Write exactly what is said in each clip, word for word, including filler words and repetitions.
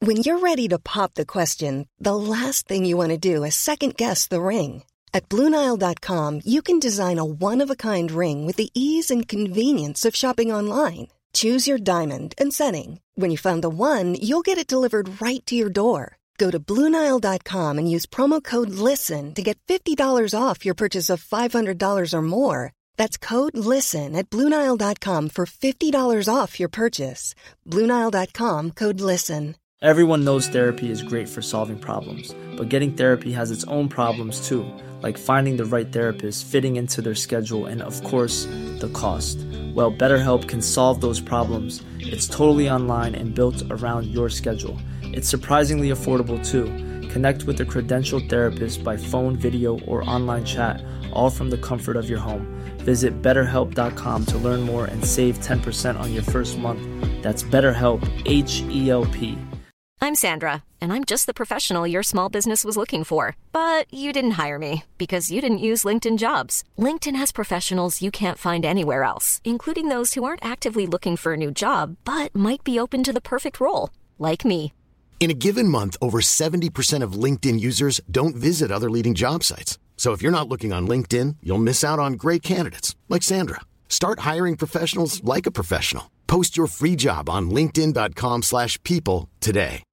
When you're ready to pop the question, the last thing you want to do is second-guess the ring. At Blue Nile dot com, you can design a one-of-a-kind ring with the ease and convenience of shopping online. Choose your diamond and setting. When you find the one, you'll get it delivered right to your door. Go to Blue Nile dot com and use promo code LISTEN to get fifty dollars off your purchase of five hundred dollars or more. That's code LISTEN at Blue Nile dot com for fifty dollars off your purchase. Blue Nile dot com, code LISTEN. Everyone knows therapy is great for solving problems, but getting therapy has its own problems too, like finding the right therapist, fitting into their schedule, and of course, the cost. Well, BetterHelp can solve those problems. It's totally online and built around your schedule. It's surprisingly affordable too. Connect with a credentialed therapist by phone, video, or online chat, all from the comfort of your home. Visit better help dot com to learn more and save ten percent on your first month. That's BetterHelp, H E L P. I'm Sandra, and I'm just the professional your small business was looking for. But you didn't hire me because you didn't use LinkedIn Jobs. LinkedIn has professionals you can't find anywhere else, including those who aren't actively looking for a new job, but might be open to the perfect role, like me. In a given month, over seventy percent of LinkedIn users don't visit other leading job sites. So if you're not looking on LinkedIn, you'll miss out on great candidates like Sandra. Start hiring professionals like a professional. Post your free job on linkedin dot com slash people today.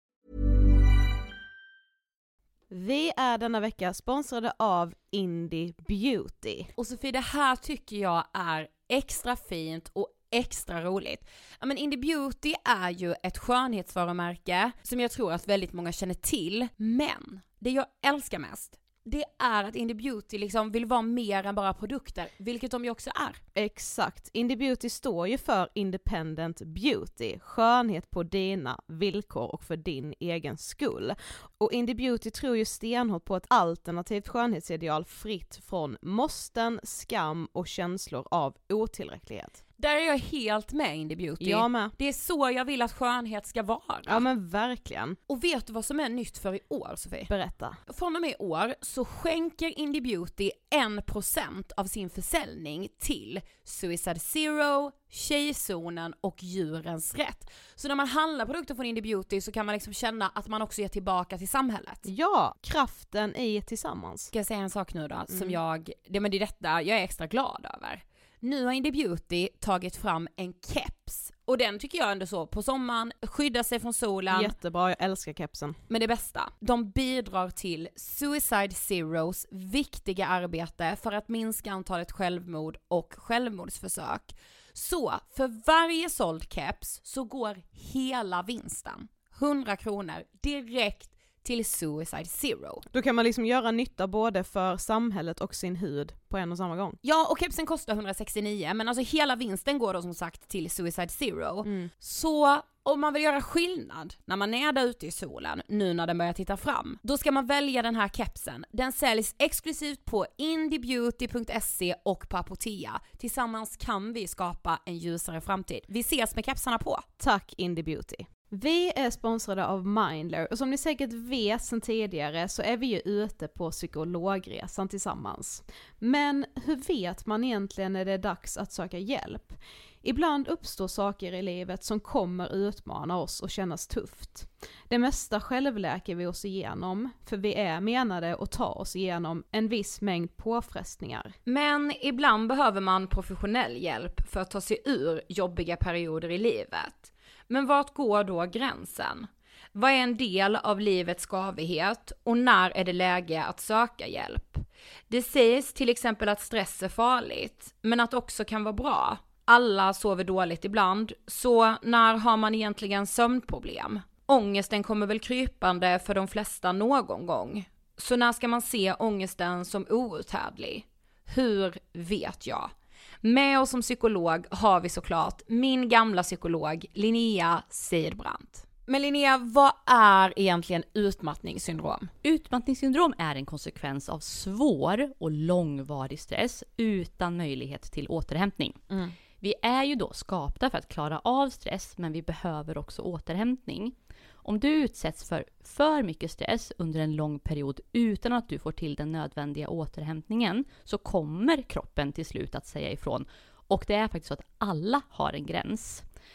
Vi är denna vecka sponsrade av Indie Beauty. Och Sofie, det här tycker jag är extra fint och extra roligt. Ja, men Indie Beauty är ju ett skönhetsvarumärke som jag tror att väldigt många känner till. Men det jag älskar mest, det är att Indie Beauty liksom vill vara mer än bara produkter, vilket de ju också är. Exakt. Indie Beauty står ju för Independent Beauty, skönhet på dina villkor och för din egen skull. Och Indie Beauty tror ju stenhårt på ett alternativt skönhetsideal fritt från måsten, skam och känslor av otillräcklighet. Där är jag helt med Indie Beauty. Jag med. Det är så jag vill att skönhet ska vara. Ja men verkligen. Och vet du vad som är nytt för i år, Sofie? Berätta. Från och med i år så skänker Indie Beauty en procent av sin försäljning till Suicide Zero, Tjejzonen och Djurens Rätt. Så när man handlar produkter från Indie Beauty så kan man liksom känna att man också ger tillbaka till samhället. Ja, kraften i tillsammans. Ska jag säga en sak nu då? Mm. Som jag, det, men det är detta jag är extra glad över. Nu har Indie Beauty tagit fram en keps. Och den tycker jag ändå så på sommaren, skydda sig från solen. Jättebra, jag älskar kepsen. Men det bästa, de bidrar till Suicide Zeros viktiga arbete för att minska antalet självmord och självmordsförsök. Så för varje såld keps så går hela vinsten, hundra kronor, direkt till Suicide Zero. Då kan man liksom göra nytta både för samhället och sin hud på en och samma gång. Ja, och kepsen kostar hundrasextionio, men alltså hela vinsten går då som sagt till Suicide Zero. Mm. Så om man vill göra skillnad när man är där ute i solen, nu när den börjar titta fram, då ska man välja den här kepsen. Den säljs exklusivt på indiebeauty punkt se och på Apotea. Tillsammans kan vi skapa en ljusare framtid. Vi ses med kepsarna på. Tack Indie Beauty. Vi är sponsrade av Mindler och som ni säkert vet sedan tidigare så är vi ju ute på psykologresan tillsammans. Men hur vet man egentligen när det är dags att söka hjälp? Ibland uppstår saker i livet som kommer utmana oss och kännas tufft. Det mesta självläker vi oss igenom, för vi är menade att ta oss igenom en viss mängd påfrestningar. Men ibland behöver man professionell hjälp för att ta sig ur jobbiga perioder i livet. Men vart går då gränsen? Vad är en del av livets skavighet och när är det läge att söka hjälp? Det sägs till exempel att stress är farligt, men att också kan vara bra. Alla sover dåligt ibland, så när har man egentligen sömnproblem? Ångesten kommer väl krypande för de flesta någon gång. Så när ska man se ångesten som outhärdlig? Hur vet jag? Med oss som psykolog har vi såklart min gamla psykolog Linnea Seidbrant. Men Linnea, vad är egentligen utmattningssyndrom? Utmattningssyndrom är en konsekvens av svår och långvarig stress utan möjlighet till återhämtning. Mm. Vi är ju då skapta för att klara av stress, men vi behöver också återhämtning. Om du utsätts för för mycket stress under en lång period utan att du får till den nödvändiga återhämtningen så kommer kroppen till slut att säga ifrån. Och det är faktiskt så att alla har en gräns.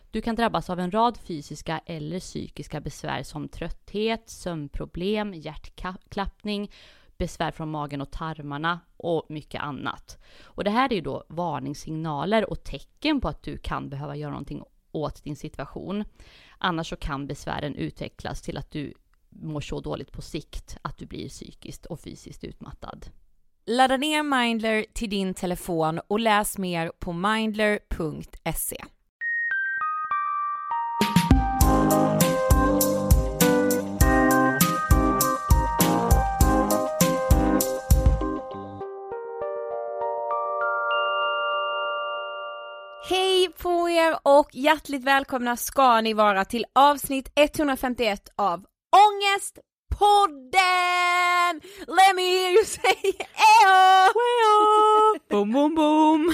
Du kan drabbas av en rad fysiska eller psykiska besvär som trötthet, sömnproblem, hjärtklappning, besvär från magen och tarmarna och mycket annat. Och det här är ju då varningssignaler och tecken på att du kan behöva göra någonting åt din situation. Annars så kan besvären utvecklas till att du mår så dåligt på sikt att du blir psykiskt och fysiskt utmattad. Ladda ner Mindler till din telefon och läs mer på mindler punkt se. Hej på er och hjärtligt välkomna ska ni vara till avsnitt etthundrafemtioett av Ångestpodden! Let me hear you say ejo! Ejo! Boom, boom, boom!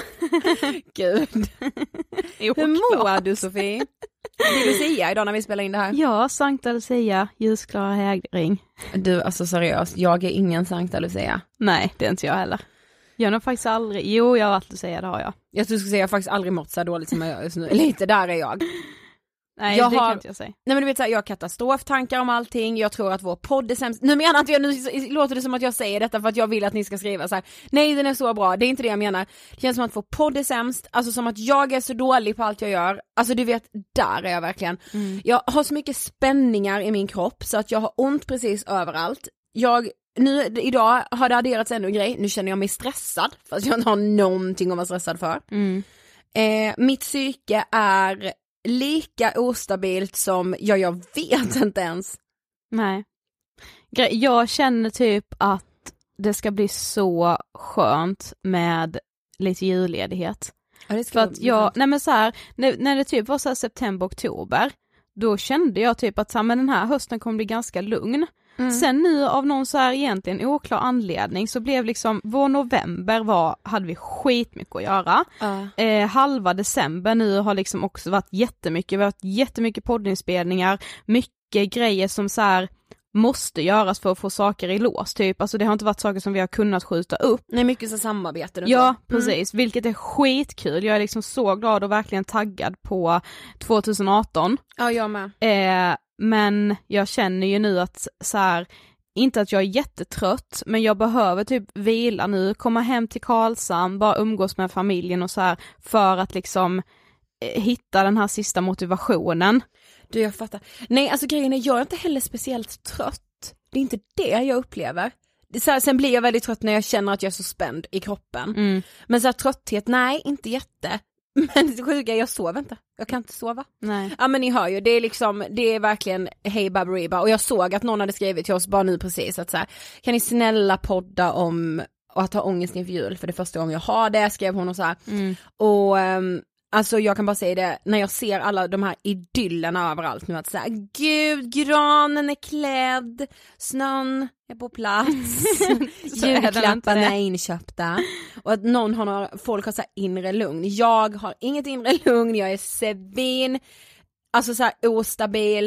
Gud. Hur mår du, Sofie? Det är Lucia idag när vi spelar in det här. Ja, Sankta Lucia, ljusklara hägring. Du, alltså seriöst, jag är ingen Sankta Lucia. Nej, det är inte jag heller. Jag har nog faktiskt aldrig, jo jag har alltid säga det har jag. Jag skulle säga jag har faktiskt aldrig mått så dåligt som jag gör just nu. Lite där är jag. Nej, jag det har, kan inte jag säga. Nej men du vet såhär, jag har katastroftankar om allting. Jag tror att vår podd är sämst. Nu menar inte jag, nu låter det som att jag säger detta för att jag vill att ni ska skriva så här. Nej, den är så bra, det är inte det jag menar. Det känns som att vår podd är sämst. Alltså som att jag är så dålig på allt jag gör. Alltså du vet, där är jag verkligen. Mm. Jag har så mycket spänningar i min kropp så att jag har ont precis överallt. Jag Nu, idag har det adderats ännu en grej. Nu känner jag mig stressad fast jag inte har någonting att vara stressad för. Mm. Eh, mitt psyke är lika ostabilt som ja, jag vet inte ens. Nej. Jag känner typ att det ska bli så skönt med lite julledighet. Ja, det ska för att jag, nej men så här, när, när det typ var så här september, oktober, då kände jag typ att så här, men den här hösten kommer bli ganska lugn. Mm. Sen nu av någon så här egentligen oklar anledning så blev liksom vår november var, hade vi skitmycket att göra. Uh. Eh, halva december nu har liksom också varit jättemycket, vi har haft jättemycket poddinspelningar, mycket grejer som så här måste göras för att få saker i lås typ. Alltså det har inte varit saker som vi har kunnat skjuta upp. Nej, mycket så samarbete. Och ja, så. Mm. precis. Vilket är skitkul. Jag är liksom så glad och verkligen taggad på tjugoarton. Ja, jag med. Eh, men jag känner ju nu att så här, inte att jag är jättetrött, men jag behöver typ vila nu, komma hem till Karlshamn, bara umgås med familjen och så här för att liksom eh, hitta den här sista motivationen. Du, jag fattar. Nej, alltså grejen är, jag är inte heller speciellt trött. Det är inte det jag upplever. Så här, sen blir jag väldigt trött när jag känner att jag är så spänd i kroppen. Mm. Men så här, trötthet, nej, inte jätte. Men det sjuka, jag sover inte. Jag kan inte sova. Nej. Ja men ni hör ju, det är liksom, det är verkligen hej baberiba. Och jag såg att någon hade skrivit till oss bara nu precis att så här, kan ni snälla podda om att ha ångest inför jul? För det första gången jag har det, skrev hon och så här. Mm. Och um, alltså jag kan bara säga det, när jag ser alla de här idyllerna överallt nu, att säga gud, granen är klädd, snön är på plats, julklapparna är inköpta och att någon har några, folk har så här inre lugn. Jag har inget inre lugn, jag är svin, alltså så här ostabil,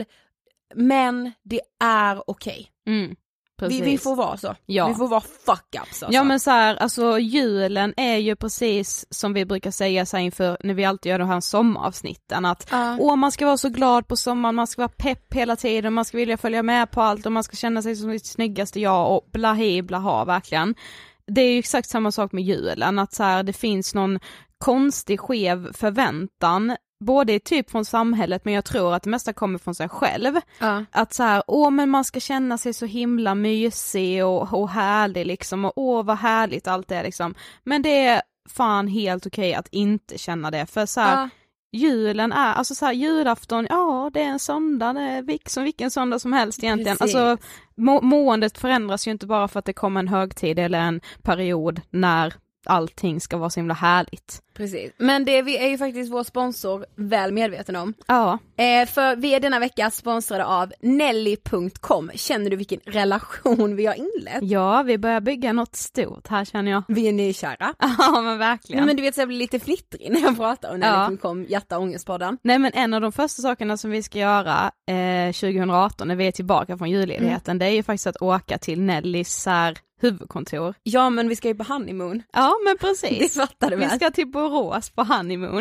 men det är okej. Okay. Mm. Vi, vi får vara så. Ja. Vi får vara fuck-ups. Alltså. Ja men så här, alltså julen är ju precis som vi brukar säga så här inför när vi alltid gör de här sommaravsnitten att uh. åh, man ska vara så glad på sommaren, man ska vara pepp hela tiden, man ska vilja följa med på allt och man ska känna sig som det snyggaste jag och blahi blaha verkligen. Det är ju exakt samma sak med julen, att så här, det finns någon konstig skev förväntan både typ från samhället, men jag tror att det mesta kommer från sig själv. Uh. Att så här, åh men man ska känna sig så himla mysig och, och härlig liksom, och åh vad härligt allt är liksom. Men det är fan helt okej att inte känna det, för så här, uh. julen är, alltså så här, julafton, ja det är en söndag, det är som vilken söndag som helst egentligen. Precis. Alltså må- måendet förändras ju inte bara för att det kommer en högtid eller en period när allting ska vara så himla härligt. Precis. Men det vi är ju faktiskt vår sponsor väl medveten om. Ja. Eh, för vi är denna vecka sponsrade av Nelly punkt com. Känner du vilken relation vi har inlett? Ja, vi börjar bygga något stort här känner jag. Vi är nykära. Ja, men verkligen. Nej, men du vet så jag blir lite flittrig när jag pratar om Nelly punkt com, ja. Hjärta ångestpodden. Nej, men en av de första sakerna som vi ska göra eh, tjugoarton när vi är tillbaka från julledigheten, mm. det är ju faktiskt att åka till Nellys här huvudkontor. Ja, men vi ska ju på honeymoon. Ja, men precis. Det fattar du väl. Vi ska till Borås på honeymoon.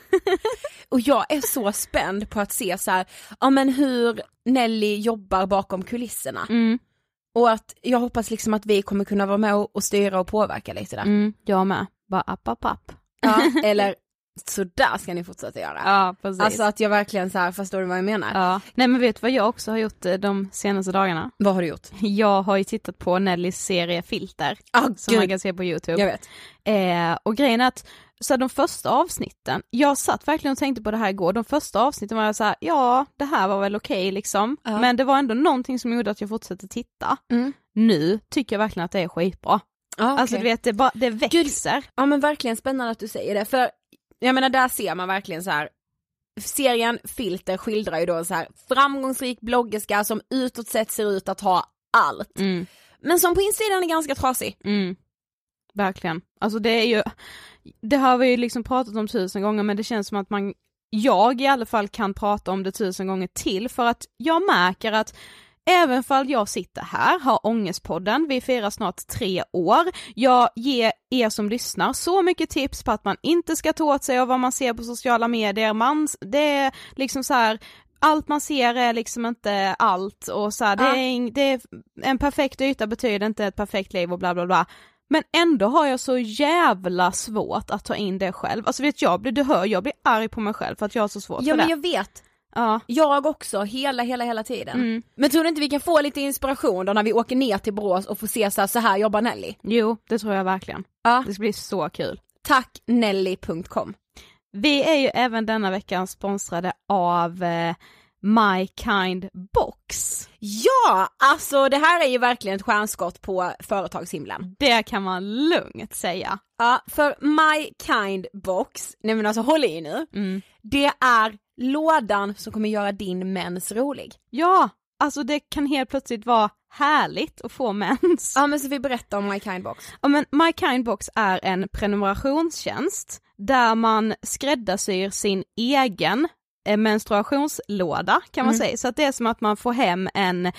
Och jag är så spänd på att se så här, ja men hur Nelly jobbar bakom kulisserna. Mm. Och att jag hoppas liksom att vi kommer kunna vara med och, och styra och påverka lite där. Mm, jag med. Bara app, app, app. Ja, eller så där ska ni fortsätta göra. Ja, precis. Alltså att jag verkligen så här, förstår du vad jag menar? Ja. Nej men vet du vad jag också har gjort de senaste dagarna? Vad har du gjort? Jag har ju tittat på Nellys serie Filter. Ah, som man kan se på YouTube. Jag vet. Eh, och grejen är att så här, de första avsnitten, jag satt verkligen och tänkte på det här igår, de första avsnitten var jag så här, ja det här var väl okej okay, liksom. Uh-huh. Men det var ändå någonting som gjorde att jag fortsatte titta. Mm. Nu tycker jag verkligen att det är skitbra. Ah, okay. Alltså du vet, det, bara, det växer. Gud, ja men verkligen spännande att du säger det, för jag menar där ser man verkligen så här. Serien Filter skildrar ju då så här framgångsrik bloggerska som utåt sett ser ut att ha allt. Mm. Men som på insidan är ganska trasig. Mm. Verkligen. Alltså det är ju, det har vi ju liksom pratat om tusen gånger, men det känns som att man, jag i alla fall kan prata om det tusen gånger till, för att jag märker att även fall jag sitter här, har Ångestpodden, vi firar snart tre år, jag ger er som lyssnar så mycket tips på att man inte ska ta åt sig av vad man ser på sociala medier, man, det är liksom så här, allt man ser är liksom inte allt och så här, det, är, det är en perfekt yta betyder inte ett perfekt liv och bla bla bla. Men ändå har jag så jävla svårt att ta in det själv. Alltså vet jag, du hör, jag blir arg på mig själv för att jag har så svårt ja, för det. Ja men jag vet. Ja. Jag också, hela, hela, hela tiden. Mm. Men tror du inte vi kan få lite inspiration då när vi åker ner till Borås och får se så här, så här jobbar Nelly? Jo, det tror jag verkligen. Ja. Det ska bli så kul. Tack Nelly punkt com. Vi är ju även denna veckan sponsrade av eh, My Kind Box. Ja, alltså det här är ju verkligen ett stjärnskott på företagshimlen. Det kan man lugnt säga. Ja, för My Kind Box, nej men alltså håll i nu, Mm. det är lådan som kommer göra din mens rolig. Ja, alltså det kan helt plötsligt vara härligt att få mens. Ja men så vi berättar om My Kind Box. Ja men My Kind Box är en prenumerationstjänst där man skräddarsyr sin egen menstruationslåda kan man mm. säga. Så att det är som att man får hem en,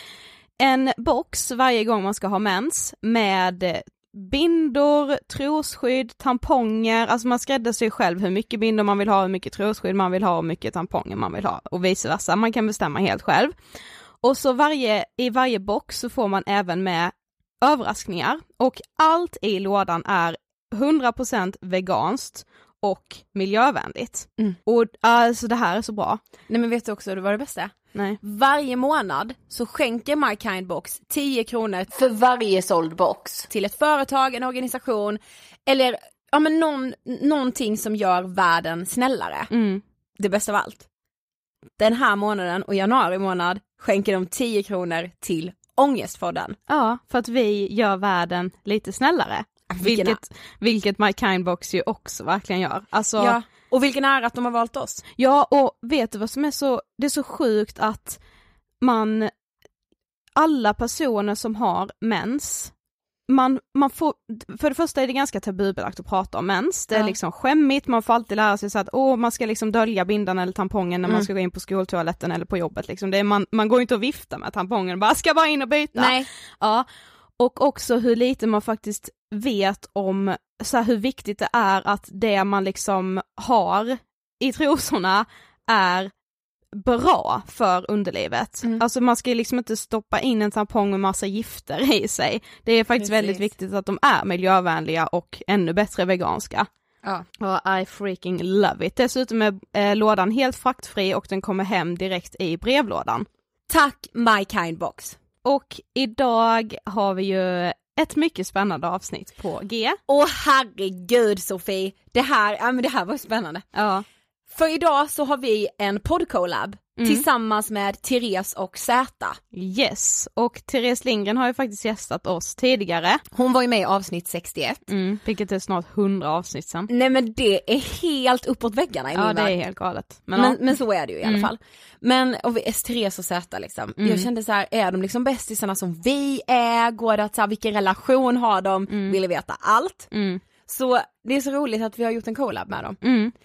en box varje gång man ska ha mens med bindor, trosskydd, tamponger, alltså man skräddarsyr själv hur mycket bindor man vill ha, hur mycket trosskydd man vill ha och hur mycket tamponger man vill ha och vice versa. Man kan bestämma helt själv. Och så varje, i varje box så får man även med överraskningar och allt i lådan är hundra procent veganskt och miljövänligt. Mm. Och alltså det här är så bra. Nej men vet du också vad det bästa är? Nej. Varje månad så skänker My Kind Box tio kronor för varje såld box till ett företag, en organisation eller ja, men någon, någonting som gör världen snällare. Mm. Det bästa av allt. Den här månaden och januari månad skänker de tio kronor till Ångestpodden. Ja, för att vi gör världen lite snällare. Vilket, vilket My Kind Box ju också verkligen gör. Alltså, ja, och vilken är att de har valt oss. Ja, och vet du vad som är så, det är så sjukt att man, alla personer som har mens, man, man får, för det första är det ganska tabubelagt att prata om mens, det är ja. liksom skämmigt, man får alltid lära sig så att åh, man ska liksom dölja bindan eller tampongen när mm. man ska gå in på skoltoaletten eller på jobbet liksom. Det är, man, man går inte och vifta med tampongen, bara ska bara in och byta. Nej. Ja. Och också hur lite man faktiskt vet om så här, hur viktigt det är att det man liksom har i trosorna är bra för underlivet. Mm. Alltså man ska liksom inte stoppa in en tampong med massa gifter i sig. Det är faktiskt Precis. väldigt viktigt att de är miljövänliga och ännu bättre veganska. Ja. Och I freaking love it. Dessutom är eh, lådan helt fraktfri och den kommer hem direkt i brevlådan. Tack My Kind Box. Och idag har vi ju ett mycket spännande avsnitt på G. Åh herregud Sofie, det här, ja, men det här var spännande. Ja. För idag så har vi en poddcollab mm. tillsammans med Therese och Zäta. Yes, och Therese Lindgren har ju faktiskt gästat oss tidigare. Hon var ju med i avsnitt sextioett. Mm, vilket är snart hundra avsnitt sedan. Nej men det är helt uppåt väggarna i Ja, min det värld. är helt galet. Men, men, ja. men så är det ju i alla mm. fall. Men och vi, Therese och Zäta liksom. Mm. Jag kände så här, är de liksom bästisarna som vi är? Går det att så här, vilken relation har de? Mm. Vill veta allt. Mm. Så det är så roligt att vi har gjort en collab med dem. Mm.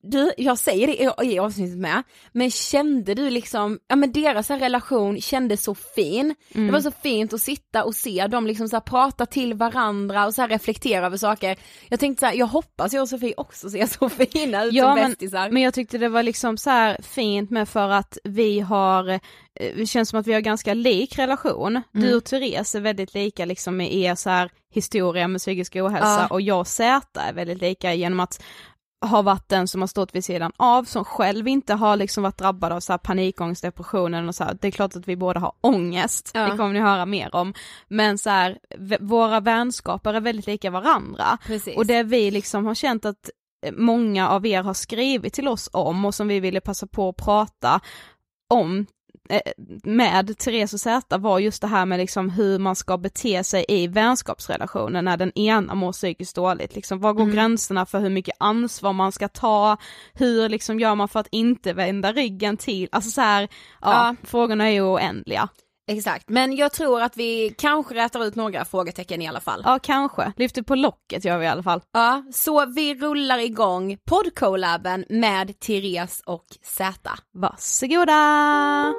du, jag säger det i, i avsnittet med, men kände du liksom, ja men deras här relation kändes så fin. Mm. Det var så fint att sitta och se dem liksom så här prata till varandra och så här reflektera över saker. Jag tänkte så här, jag hoppas jag och Sofie också ser så fina ut ja, som men, bästisar. Men jag tyckte det var liksom så här fint med för att vi har, det känns som att vi har ganska lik relation. Mm. Du och Therese är väldigt lika liksom med er så här historia med psykisk ohälsa ja. Och jag och Zäta är väldigt lika genom att har varit den som har stått vid sidan av, som själv inte har liksom varit drabbad av så här panikångest, depressionen och så här. Det är klart att vi båda har ångest, ja. Det kommer ni höra mer om. Men så här, v- våra vänskaper är väldigt lika varandra. Precis. Och det vi liksom har känt att många av er har skrivit till oss om och som vi ville passa på att prata om med Therese och Zäta var just det här med liksom hur man ska bete sig i vänskapsrelationer när den ena mår psykiskt dåligt. Liksom, var går mm. gränserna för hur mycket ansvar man ska ta? Hur liksom gör man för att inte vända ryggen till? Alltså så här, ja, ja. Frågorna är ju oändliga. Exakt, men jag tror att vi kanske rätar ut några frågetecken i alla fall. Ja, kanske. Lyfter på locket gör vi i alla fall. Ja, så vi rullar igång poddcollaben med Therese och Zäta. Varsågoda!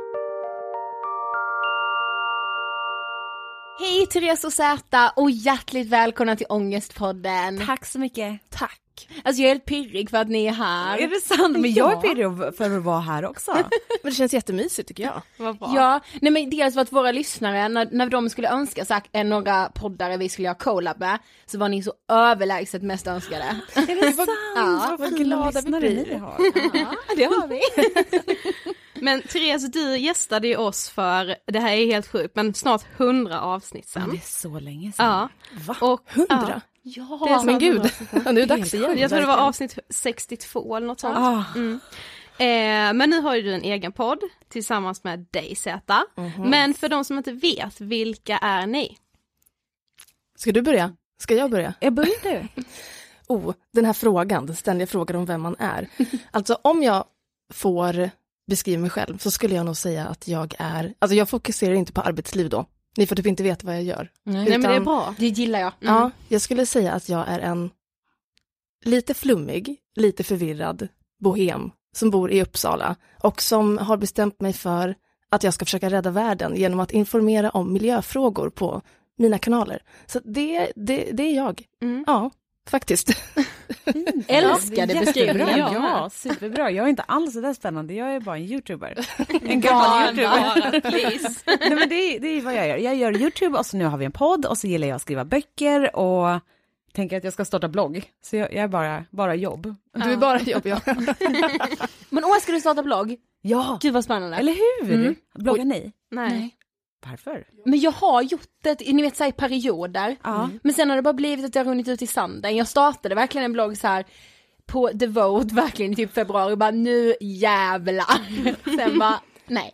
Hej Therese och Zäta och hjärtligt välkomna till Ångestpodden. Tack så mycket. Tack. Alltså jag är helt pirrig för att ni är här. Är det sant? Men jag är pirrig för att vara här också. Men det känns jättemysigt tycker jag. Vad bra. Ja, nej men dels för att våra lyssnare, när, när de skulle önska sagt några poddare vi skulle göra collab med, så var ni så överlägset mest önskade. Är det sant? Ja, vad glada vi blir. Ni har. Ja, det har vi. Men Therese, du gästade ju oss för, det här är helt sjukt, men snart hundra avsnitt sen. Men det är så länge sedan. Ja. Va? Och, hundra? Ja. Ja, det är men gud, nu är det dags igen. Jag tror det var avsnitt sextiotvå eller något sånt. Ah. Mm. Eh, men nu har ju du en egen podd tillsammans med dig, Zäta. Mm-hmm. Men för de som inte vet, vilka är ni? Ska du börja? Ska jag börja? Jag börjar du. Oh, den här frågan, den ständiga frågan om vem man är. Alltså om jag får beskriva mig själv så skulle jag nog säga att jag är, alltså jag fokuserar inte på arbetsliv då. Ni får typ inte veta vad jag gör. Nej, utan, men det är bra. Det gillar jag. Mm. Ja, jag skulle säga att jag är en lite flummig, lite förvirrad bohem som bor i Uppsala och som har bestämt mig för att jag ska försöka rädda världen genom att informera om miljöfrågor på mina kanaler. Så det, det, det är jag. Mm. Ja, faktiskt. Mm. Älskade ja, beskrivningen. Ja, ja, superbra. Jag är inte alls så där spännande. Jag är bara en YouTuber. En gammal YouTuber. Please. Nej, men det är, det är vad jag gör. Jag gör YouTube och så nu har vi en podd och så gillar jag att skriva böcker och tänker att jag ska starta blogg. Så jag, jag är bara, bara jobb. Du är bara jobb, ja. Men åh, ska du starta blogg? Ja. Gud vad spännande. Eller hur? Mm. Bloggar ni? Nej. Nej. Varför? Men jag har gjort det, ni vet så här, i perioder. Mm. Men sen har det bara blivit att det har runnit ut i sanden. Jag startade verkligen en blogg så här på Devote verkligen i typ februari. Bara nu jävlar. Sen bara, nej.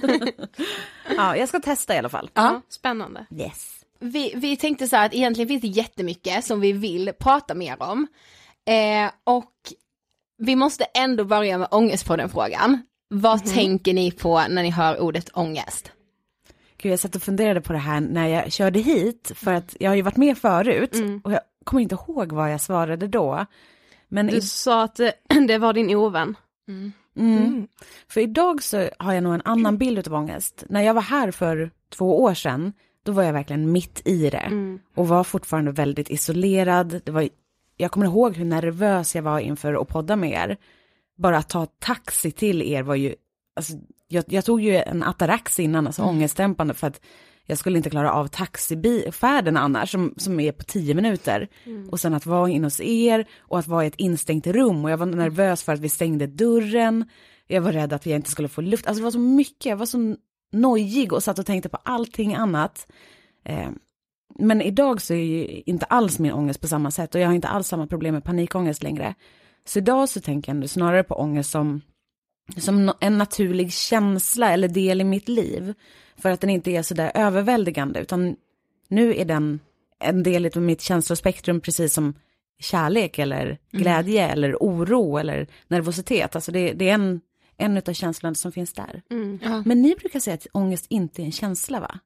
Ja, jag ska testa i alla fall. Ja, spännande. Yes. Vi, vi tänkte så här att egentligen finns det jättemycket som vi vill prata mer om. Eh, och vi måste ändå börja med ångest på den frågan. Vad mm. tänker ni på när ni hör ordet ångest? Gud, jag satt och funderade på det här när jag körde hit. För att jag har ju varit med förut. Mm. Och jag kommer inte ihåg vad jag svarade då. Men du i... sa att det var din ovän. Mm. Mm. Mm. För idag så har jag nog en annan bild av ångest. När jag var här för två år sedan, då var jag verkligen mitt i det. Mm. Och var fortfarande väldigt isolerad. Det var, jag kommer ihåg hur nervös jag var inför att podda med er. Bara att ta taxi till er var ju... Alltså, jag, jag tog ju en Atarax innan, alltså mm. ångestdämpande, för att jag skulle inte klara av taxifärden annars, som, som är på tio minuter. Mm. Och sen att vara in hos er och att vara i ett instängt rum. Och jag var nervös för att vi stängde dörren. Jag var rädd att vi inte skulle få luft. Alltså det var så mycket, jag var så nojig och satt och tänkte på allting annat. Eh, men idag så är ju inte alls min ångest på samma sätt. Och jag har inte alls samma problem med panikångest längre. Så idag så tänker jag snarare på ångest som... som en naturlig känsla eller del i mitt liv. För att den inte är så där överväldigande. Utan nu är den en del av mitt känslospektrum, precis som kärlek eller glädje mm. eller oro eller nervositet. Alltså det, det är en, en av känslorna som finns där. Mm. Ja. Men ni brukar säga att ångest inte är en känsla, va?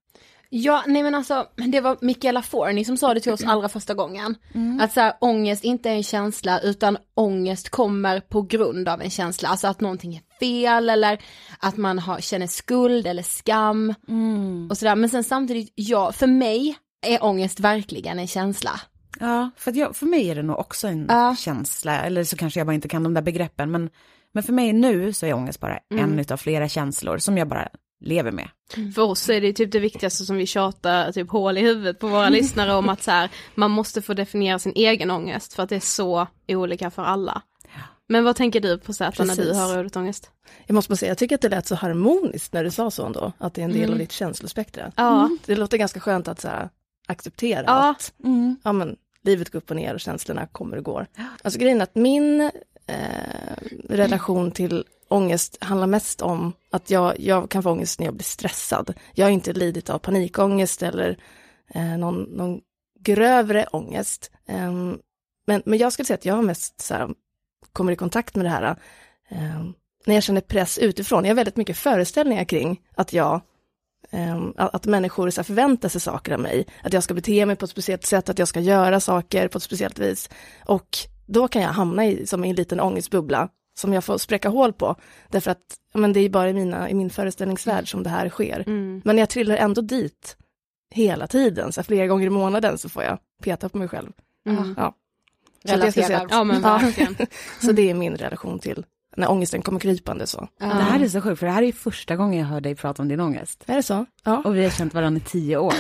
Ja, nej men alltså, det var Michaela Forni som sa det till oss allra första gången. Mm. Att så här, ångest inte är en känsla, utan ångest kommer på grund av en känsla. Alltså att någonting är fel, eller att man har, känner skuld eller skam. Mm. Och sådär. Men sen samtidigt, ja, för mig är ångest verkligen en känsla. Ja, för, att jag, för mig är det nog också en ja. känsla. Eller så kanske jag bara inte kan de där begreppen. Men, men för mig nu så är ångest bara mm. en utav flera känslor som jag bara lever med. Mm. För oss är det typ det viktigaste som vi tjatar typ hål i huvudet på våra lyssnare om att så här, man måste få definiera sin egen ångest för att det är så olika för alla. Ja. Men vad tänker du på Zäta när du hör ordet ångest? Jag måste bara säga, jag tycker att det lät så harmoniskt när du sa så ändå, att det är en del mm. av ditt känslospektra. Ja. Mm. Det låter ganska skönt att så här, acceptera ja. att mm. ja, men, livet går upp och ner och känslorna kommer och går. Alltså grejen är att min eh, relation till ångest handlar mest om att jag, jag kan få ångest när jag blir stressad. Jag har inte lidit av panikångest eller eh, någon, någon grövre ångest. Eh, men, men jag skulle säga att jag har mest så här, kommer i kontakt med det här eh, när jag känner press utifrån. Jag har väldigt mycket föreställningar kring att jag eh, att människor så här, förväntar sig saker av mig. Att jag ska bete mig på ett speciellt sätt, att jag ska göra saker på ett speciellt vis. Och då kan jag hamna i som en liten ångestbubbla som jag får spräcka hål på. Därför att men det är bara i, mina, i min föreställningsvärld som det här sker. Mm. Men jag trillar ändå dit hela tiden. Så flera gånger i månaden så får jag peta på mig själv. Mm. Ja. Så, jag ska säga att, ja, men verkligen. Så det är min relation till när ångesten kommer krypande så. Ja. Det här är så sjukt, för det här är första gången jag hör dig prata om din ångest. Är det så? Ja. Och vi har känt varandra i tio år.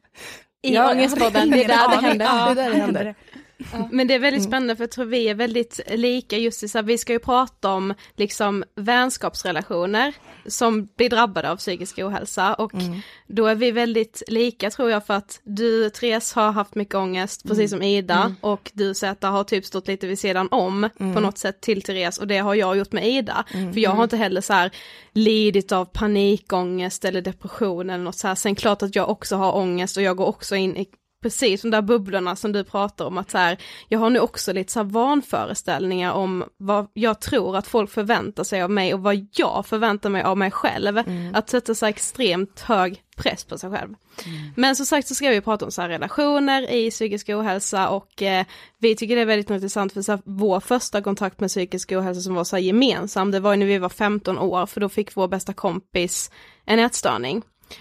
I ja, ångestpodden, det är där det händer. Ja, det är där det händer. Ja. Men det är väldigt spännande för jag tror vi är väldigt lika just i så här, vi ska ju prata om liksom vänskapsrelationer som blir drabbade av psykisk ohälsa och mm. då är vi väldigt lika tror jag för att du Therese har haft mycket ångest precis som Ida mm. och du Zäta har typ stått lite vid sidan om mm. på något sätt till Therese och det har jag gjort med Ida mm. för jag har inte heller så här lidit av panikångest eller depression eller något så här. Sen klart att jag också har ångest och jag går också in i precis de där bubblorna som du pratar om att så här, jag har nu också lite så här vanföreställningar om vad jag tror att folk förväntar sig av mig och vad jag förväntar mig av mig själv. Mm. Att sätta så extremt hög press på sig själv. Mm. Men som sagt så ska vi prata om så här relationer i psykisk ohälsa och eh, vi tycker det är väldigt intressant för så här, vår första kontakt med psykisk ohälsa som var så här gemensam, det var när vi var femton år för då fick vår bästa kompis en ätstörning.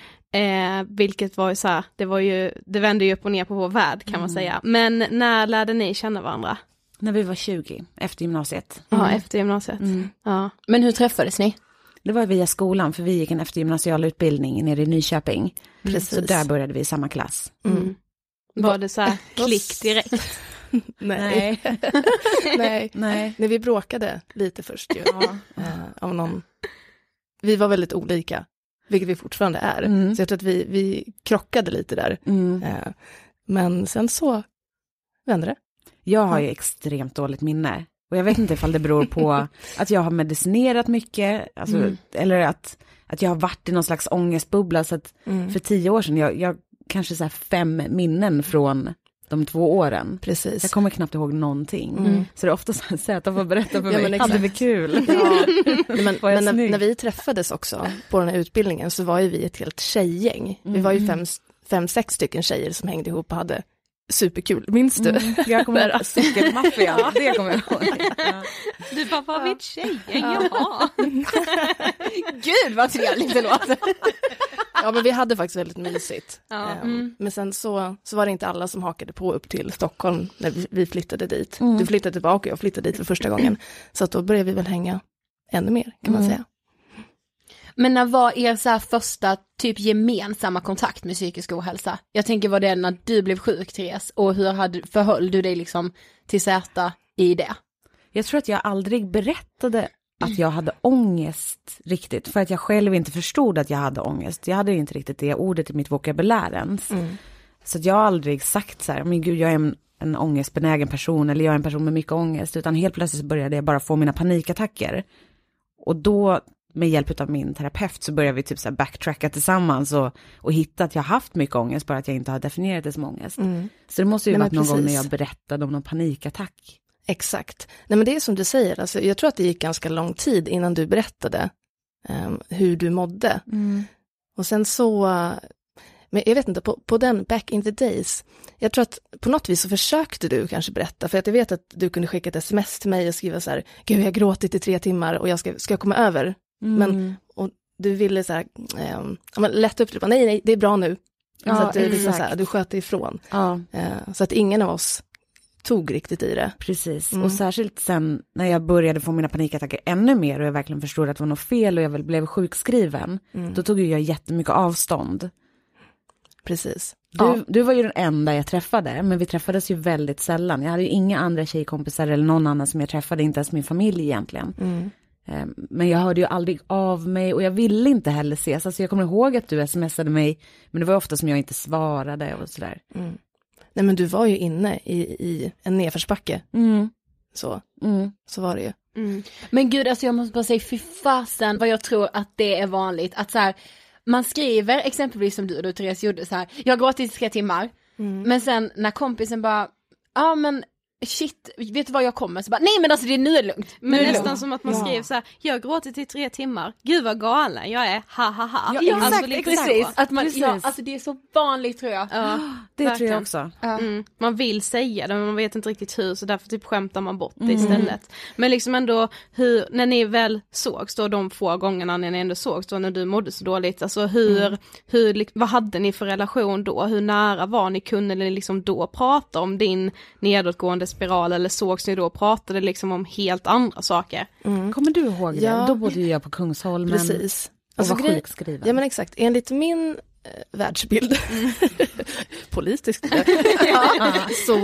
Eh, vilket var ju så här, det var ju, det vände ju upp och ner på vår värld kan mm. man säga. Men när lärde ni känna varandra? När vi var tjugo, efter gymnasiet. Ja, mm. efter gymnasiet. Mm. Ja. Men hur träffades ni? Det var via skolan, för vi gick en eftergymnasial utbildning nere i Nyköping. Precis. Så där började vi i samma klass. Mm. Mm. Var det så här klick direkt? Nej. Nej. Nej. Nej, vi bråkade lite först ju. Ja. Uh, av någon... Vi var väldigt olika. Vilket vi fortfarande är. Mm. Så jag tror att vi, vi krockade lite där. Mm. Eh, men sen så vände det. Jag har ju extremt dåligt minne. Och jag vet inte ifall det beror på att jag har medicinerat mycket. Alltså, mm. Eller att, att jag har varit i någon slags ångestbubbla. Så att mm. för tio år sedan, jag, jag kanske så här fem minnen från de två åren. Precis. Jag kommer knappt ihåg någonting. Mm. Så det är ofta så att Zäta får berätta för ja, mig. Hade vi kul? Ja. men men när, när vi träffades också på den här utbildningen så var ju vi ett helt tjejgäng. Mm. Vi var ju fem, fem, sex stycken tjejer som hängde ihop och hade superkul. Minns du? Mm. Jag kommer ihåg cykelmaffian. Ja. Det kommer jag ihåg. Ja. Du bara, var mitt tjejgäng? Jaha. Gud vad trevligt det låter. Ja, men vi hade faktiskt väldigt mysigt. Ja. Um, Mm. Men sen så, så var det inte alla som hakade på upp till Stockholm när vi, vi flyttade dit. Mm. Du flyttade tillbaka och jag flyttade dit för första gången. Så att då började vi väl hänga ännu mer, kan man Mm. säga. Men när var er så här första typ gemensamma kontakt med psykisk ohälsa? Jag tänker vad det är när du blev sjuk, Therese, och hur hade, förhöll du dig liksom till Zäta i det? Jag tror att jag aldrig berättade att jag hade ångest riktigt. För att jag själv inte förstod att jag hade ångest. Jag hade inte riktigt det ordet i mitt vokabulär ens. Mm. Så att jag har aldrig sagt så här, men gud jag är en, en ångestbenägen person. Eller jag är en person med mycket ångest. Utan helt plötsligt så började jag bara få mina panikattacker. Och då med hjälp av min terapeut så började vi typ så här backtracka tillsammans. Och, och hitta att jag haft mycket ångest. Bara att jag inte har definierat det som ångest. Mm. Så det måste ju varit någon gång när jag berättade om någon panikattack. Exakt. Nej, men det är som du säger, alltså, jag tror att det gick ganska lång tid innan du berättade um, hur du mådde. Mm. Och sen så, Men jag vet inte, på, på den back in the days, jag tror att på något vis så försökte du kanske berätta, för att jag vet att du kunde skicka ett sms till mig och skriva så här, gud jag har gråtit i tre timmar och jag ska, ska jag komma över? Mm. Men och du ville så här, eh, men lätta upp det, nej nej, det är bra nu. Ja, så att du, liksom så här, du sköt ifrån. Ja. Eh, så att ingen av oss tog riktigt i det. Precis, mm. och särskilt sen när jag började få mina panikattacker ännu mer och jag verkligen förstod att det var något fel och jag väl blev sjukskriven, mm. då tog jag jättemycket avstånd. Precis. Du, ja. du var ju den enda jag träffade, men vi träffades ju väldigt sällan. Jag hade ju inga andra tjejkompisar eller någon annan som jag träffade, inte ens min familj egentligen. Mm. Men jag hörde ju aldrig av mig och jag ville inte heller ses. Alltså jag kommer ihåg att du smsade mig, men det var ofta som jag inte svarade och sådär. Mm. Nej men du var ju inne i, i en nedförsbacke. Mm. Så. Mm. Så var det ju. Mm. Men gud, alltså jag måste bara säga, fy fasen vad jag tror att det är vanligt. Att så här, man skriver exempelvis som du och Therese gjorde så här, jag har gråtit i tre timmar. Mm. Men sen när kompisen bara, ja ah, men shit, vet du vad jag kommer? Så bara, nej men alltså det är nu är lugnt. Men nu nästan lugnt. som att man ja. skrev så här, jag har gråtit i tre timmar. Gud vad galen jag är, ha ha ha. Ja, exakt, alltså, lite precis. Så. Att man, precis. ja, alltså det är så vanligt tror jag. Ja, det verkligen. Tror jag också. Ja. Mm. Man vill säga det men man vet inte riktigt hur, så därför typ skämtar man bort det mm. istället. Men liksom ändå, hur, när ni väl sågs då, de få gångerna när ni ändå sågs då, när du mådde så dåligt, alltså hur, mm. hur vad hade ni för relation då? Hur nära var ni? Kunde ni liksom då prata om din nedåtgående spiral, eller sågs ni då och pratade liksom om helt andra saker? Mm. Kommer du ihåg det? Ja. Då bodde jag på Kungsholmen. Precis. Och alltså, var sjukskriven. Ja men exakt, enligt min eh, världsbild mm. politiskt ja, så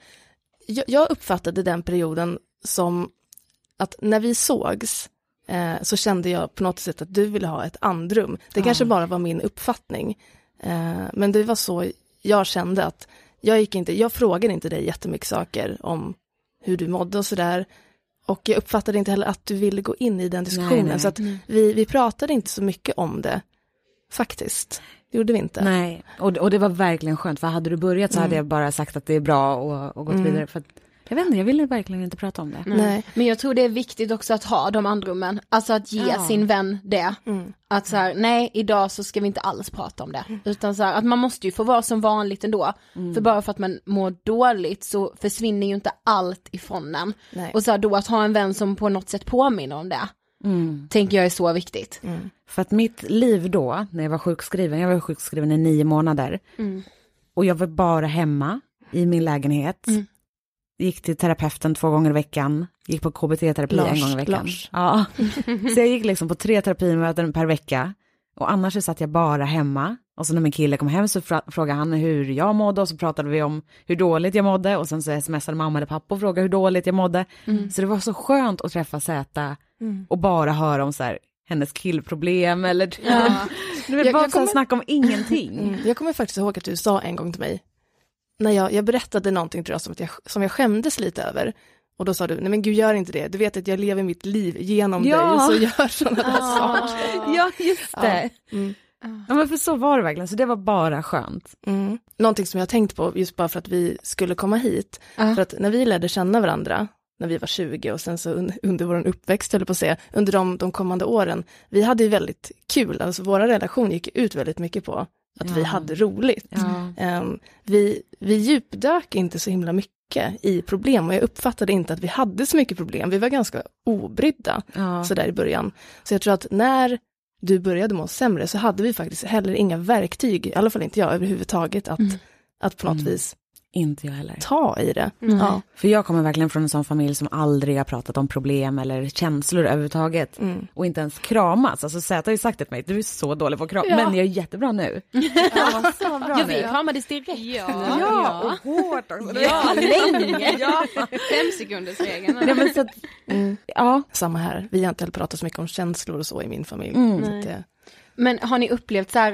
jag, jag uppfattade den perioden som att när vi sågs eh, så kände jag på något sätt att du ville ha ett andrum. Det ja. kanske bara var min uppfattning. Eh, men det var så jag kände att jag gick inte, jag frågade inte dig jättemycket saker om hur du mådde och sådär. Och jag uppfattade inte heller att du ville gå in i den diskussionen. Nej, nej. Så att vi, vi pratade inte så mycket om det. Faktiskt. Det gjorde vi inte. Nej, och, och det var verkligen skönt. För hade du börjat så mm. hade jag bara sagt att det är bra och, och gått mm. vidare. För att, jag vet inte, jag ville verkligen inte prata om det. Nej. Nej. Men jag tror det är viktigt också att ha de andrummen. Alltså att ge ja. sin vän det. Mm. Att så här, nej, idag så ska vi inte alls prata om det. Mm. Utan så här, att man måste ju få vara som vanligt ändå. Mm. För bara för att man mår dåligt så försvinner ju inte allt ifrån den. Nej. Och så här, då att ha en vän som på något sätt påminner om det. Mm. Tänker jag är så viktigt. Mm. För att mitt liv då, när jag var sjukskriven, jag var sjukskriven i nio månader. Mm. Och jag var bara hemma i min lägenhet. Mm. Gick till terapeuten två gånger i veckan. Gick på K B T-terapi Lars, en gång i veckan. Lars. Ja. Så jag gick liksom på tre terapimöten per vecka. Och annars så satt jag bara hemma. Och så när min kille kom hem så frågade han hur jag mådde. Och så pratade vi om hur dåligt jag mådde. Och sen så smsade mamma eller pappa och frågade hur dåligt jag mådde. Mm. Så det var så skönt att träffa Zäta. Mm. Och bara höra om så här, hennes killproblem. Eller ja. Det var bara kommer... snacka om ingenting. Mm. Jag kommer faktiskt ihåg att du sa en gång till mig. När jag, jag berättade någonting tror jag som, att jag som jag skämdes lite över. Och då sa du, nej men gud gör inte det. Du vet att jag lever mitt liv genom ja. dig. Så gör sådana där ah. saker. Ja, just det. Ja. Mm. Ja, men för så var det verkligen. Så det var bara skönt. Mm. Någonting som jag har tänkt på just bara för att vi skulle komma hit. Uh. För att när vi lärde känna varandra när vi var tjugo och sen så un- under vår uppväxt, eller på att säga, under de, de kommande åren. Vi hade ju väldigt kul. Alltså våra relation gick ut väldigt mycket på att ja. vi hade roligt. Ja. Um, vi, vi djupdök inte så himla mycket i problem och jag uppfattade inte att vi hade så mycket problem. Vi var ganska obrydda ja. så där i början. Så jag tror att när du började må sämre så hade vi faktiskt heller inga verktyg, i alla fall inte jag överhuvudtaget, att, mm. att på något mm. vis inte jag heller. ta i det. Mm. Ja. För jag kommer verkligen från en sån familj som aldrig har pratat om problem eller känslor överhuvudtaget. Mm. Och inte ens kramas. Alltså Zäta har ju sagt till mig, du är så dålig på att krama. Ja. Men jag är jättebra nu. Ja, så bra ja, vi kramades direkt. Ja, ja. Och hårt också. Ja, länge. Ja, fem sekunders regeln. Ja, men så att, mm. ja. Samma här. Vi har inte heller pratat så mycket om känslor och så i min familj. Mm. Så att det... Men har ni upplevt så här,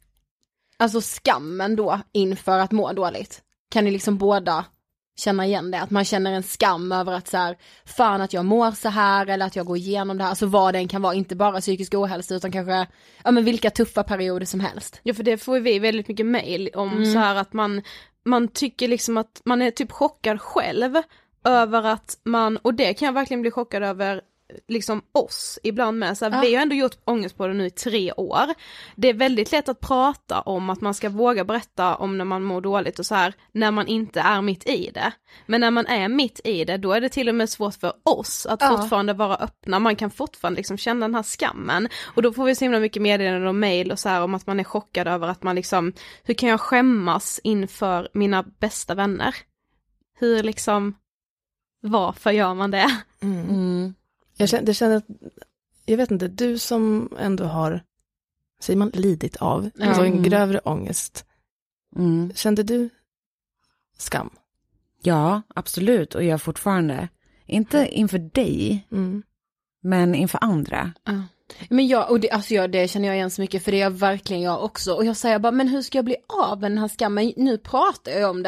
alltså skammen då inför att må dåligt? Kan ni liksom båda känna igen det? Att man känner en skam över att så här, fan att jag mår så här eller att jag går igenom det här. Alltså vad den kan vara, inte bara psykisk ohälsa utan kanske, ja men vilka tuffa perioder som helst. Ja, för det får vi väldigt mycket mejl om mm. så här att man, man tycker liksom att man är typ chockad själv över att man, och det kan jag verkligen bli chockad över liksom oss ibland med. Så här, Ja. vi har ändå gjort Ångestpodden nu i tre år. Det är väldigt lätt att prata om att man ska våga berätta om när man mår dåligt och så här, när man inte är mitt i det. Men när man är mitt i det, då är det till och med svårt för oss att Ja. fortfarande vara öppna. Man kan fortfarande liksom känna den här skammen. Och då får vi så himla mycket meddelanden och mejl och så här om att man är chockad över att man liksom, hur kan jag skämmas inför mina bästa vänner? Hur liksom, varför gör man det? Mm. Mm. Jag känner, det känner att, jag vet inte, du som ändå har, säger man, lidit av, Ja. alltså en Mm. grövre ångest. Mm. Kände du skam? Ja, absolut. Och jag fortfarande. Inte inför dig, Mm. men inför andra. Men jag, och det, alltså jag, det känner jag igen så mycket, för det är verkligen jag också. Och jag säger bara, men hur ska jag bli av med den här skammen? Nu pratar jag om det.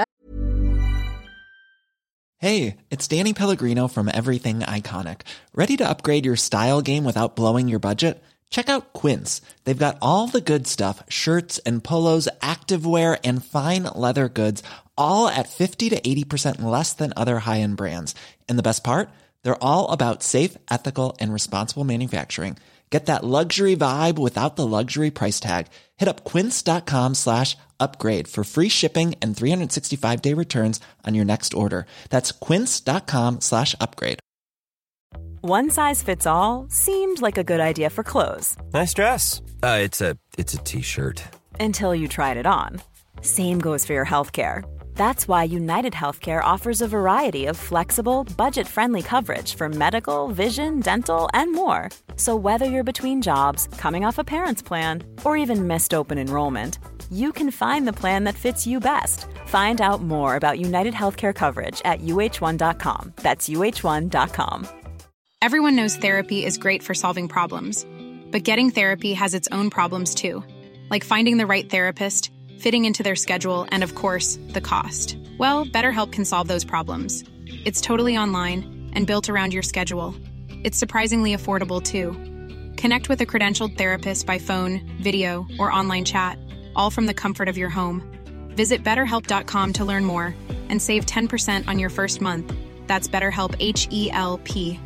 Hey, it's Danny Pellegrino from Everything Iconic. Ready to upgrade your style game without blowing your budget? Check out Quince. They've got all the good stuff, shirts and polos, activewear, and fine leather goods, all at fifty to eighty percent less than other high-end brands. And the best part? They're all about safe, ethical, and responsible manufacturing. Get that luxury vibe without the luxury price tag. Hit up quince.com slash upgrade for free shipping and three sixty-five day returns on your next order. That's quince.com slash upgrade. One size fits all seemed like a good idea for clothes. Nice dress. Uh, it's a it's a t-shirt. Until you tried it on. Same goes for your healthcare. That's why United Healthcare offers a variety of flexible, budget-friendly coverage for medical, vision, dental, and more. So whether you're between jobs, coming off a parent's plan, or even missed open enrollment, you can find the plan that fits you best. Find out more about United Healthcare coverage at U H one dot com. That's U H one dot com. Everyone knows therapy is great for solving problems, but getting therapy has its own problems too, like finding the right therapist, fitting into their schedule, and of course, the cost. Well, BetterHelp can solve those problems. It's totally online and built around your schedule. It's surprisingly affordable too. Connect with a credentialed therapist by phone, video, or online chat, all from the comfort of your home. Visit better help dot com to learn more and save ten percent on your first month. That's BetterHelp, H E L P.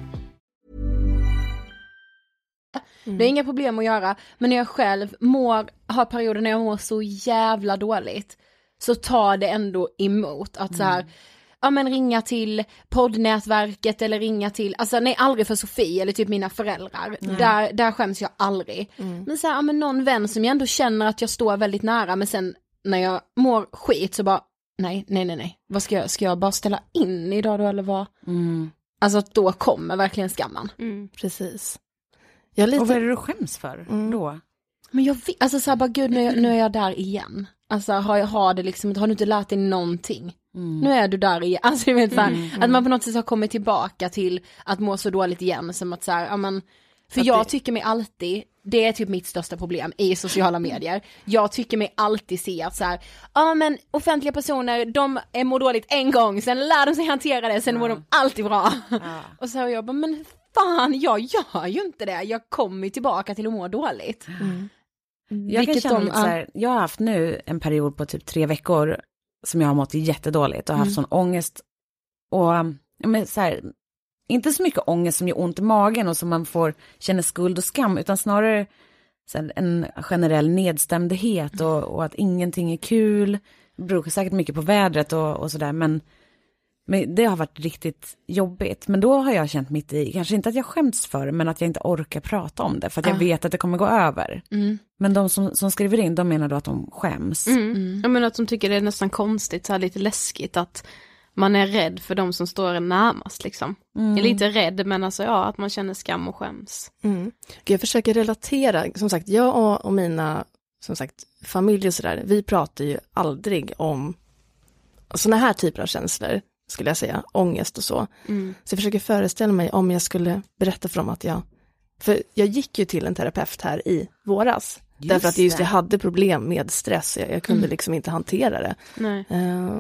Mm. Det är inga problem att göra, men när jag själv mår, har perioder när jag mår så jävla dåligt, så tar det ändå emot att så här, ja men ringa till poddnätverket eller ringa till, alltså nej, aldrig för Sofie eller typ mina föräldrar, mm. där, där skäms jag aldrig. Mm. Men så här, ja men någon vän som jag ändå känner att jag står väldigt nära, men sen när jag mår skit så bara, nej, nej, nej, nej, vad ska jag, ska jag bara ställa in idag då eller vad? Mm. Alltså då kommer verkligen skammen. Mm. Precis. Jag lite... Och vad är det du skäms för mm. då? Men jag vet, alltså så här, bara gud, nu är, jag, nu är jag där igen. Alltså har jag har det liksom, har du inte lärt dig någonting? Mm. Nu är du där igen. Alltså jag vet så här, mm, mm. att man på något sätt har kommit tillbaka till att må så dåligt igen, som att så här, ja men, för att jag det... tycker mig alltid, det är typ mitt största problem i sociala medier. Jag tycker mig alltid se att så här, ja men offentliga personer, de är mår dåligt en gång, sen lär de sig hantera det, sen ja. mår de alltid bra. Ja. Och så har jag bara, men fan, jag gör ju inte det. Jag kommer tillbaka till att må dåligt. Mm. Jag kan känna lite så här, jag har haft nu en period på typ tre veckor som jag har mått jättedåligt och haft mm. sån ångest. Och men så här, inte så mycket ångest som gör ont i magen och som man får känna skuld och skam, utan snarare så här, en generell nedstämdhet och, och att ingenting är kul. Det beror säkert mycket på vädret och, och sådär, men Men det har varit riktigt jobbigt. Men då har jag känt mitt i, kanske inte att jag skämts för det, men att jag inte orkar prata om det. För att jag ah. vet att det kommer gå över. Mm. Men de som, som skriver in, de menar då att de skäms. Mm. Mm. Jag menar att de tycker det är nästan konstigt, så här lite läskigt att man är rädd för de som står en närmast liksom. Mm. Eller inte rädd, men alltså ja, att man känner skam och skäms. Mm. Jag försöker relatera, som sagt, jag och, och mina, som sagt, familj och sådär, vi pratar ju aldrig om såna här typer av känslor, skulle jag säga, ångest och så. Mm. Så jag försöker föreställa mig om jag skulle berätta för dem att jag, för jag gick ju till en terapeut här i våras. Just därför att just jag hade problem med stress, jag, jag kunde mm. liksom inte hantera det. Nej. Uh,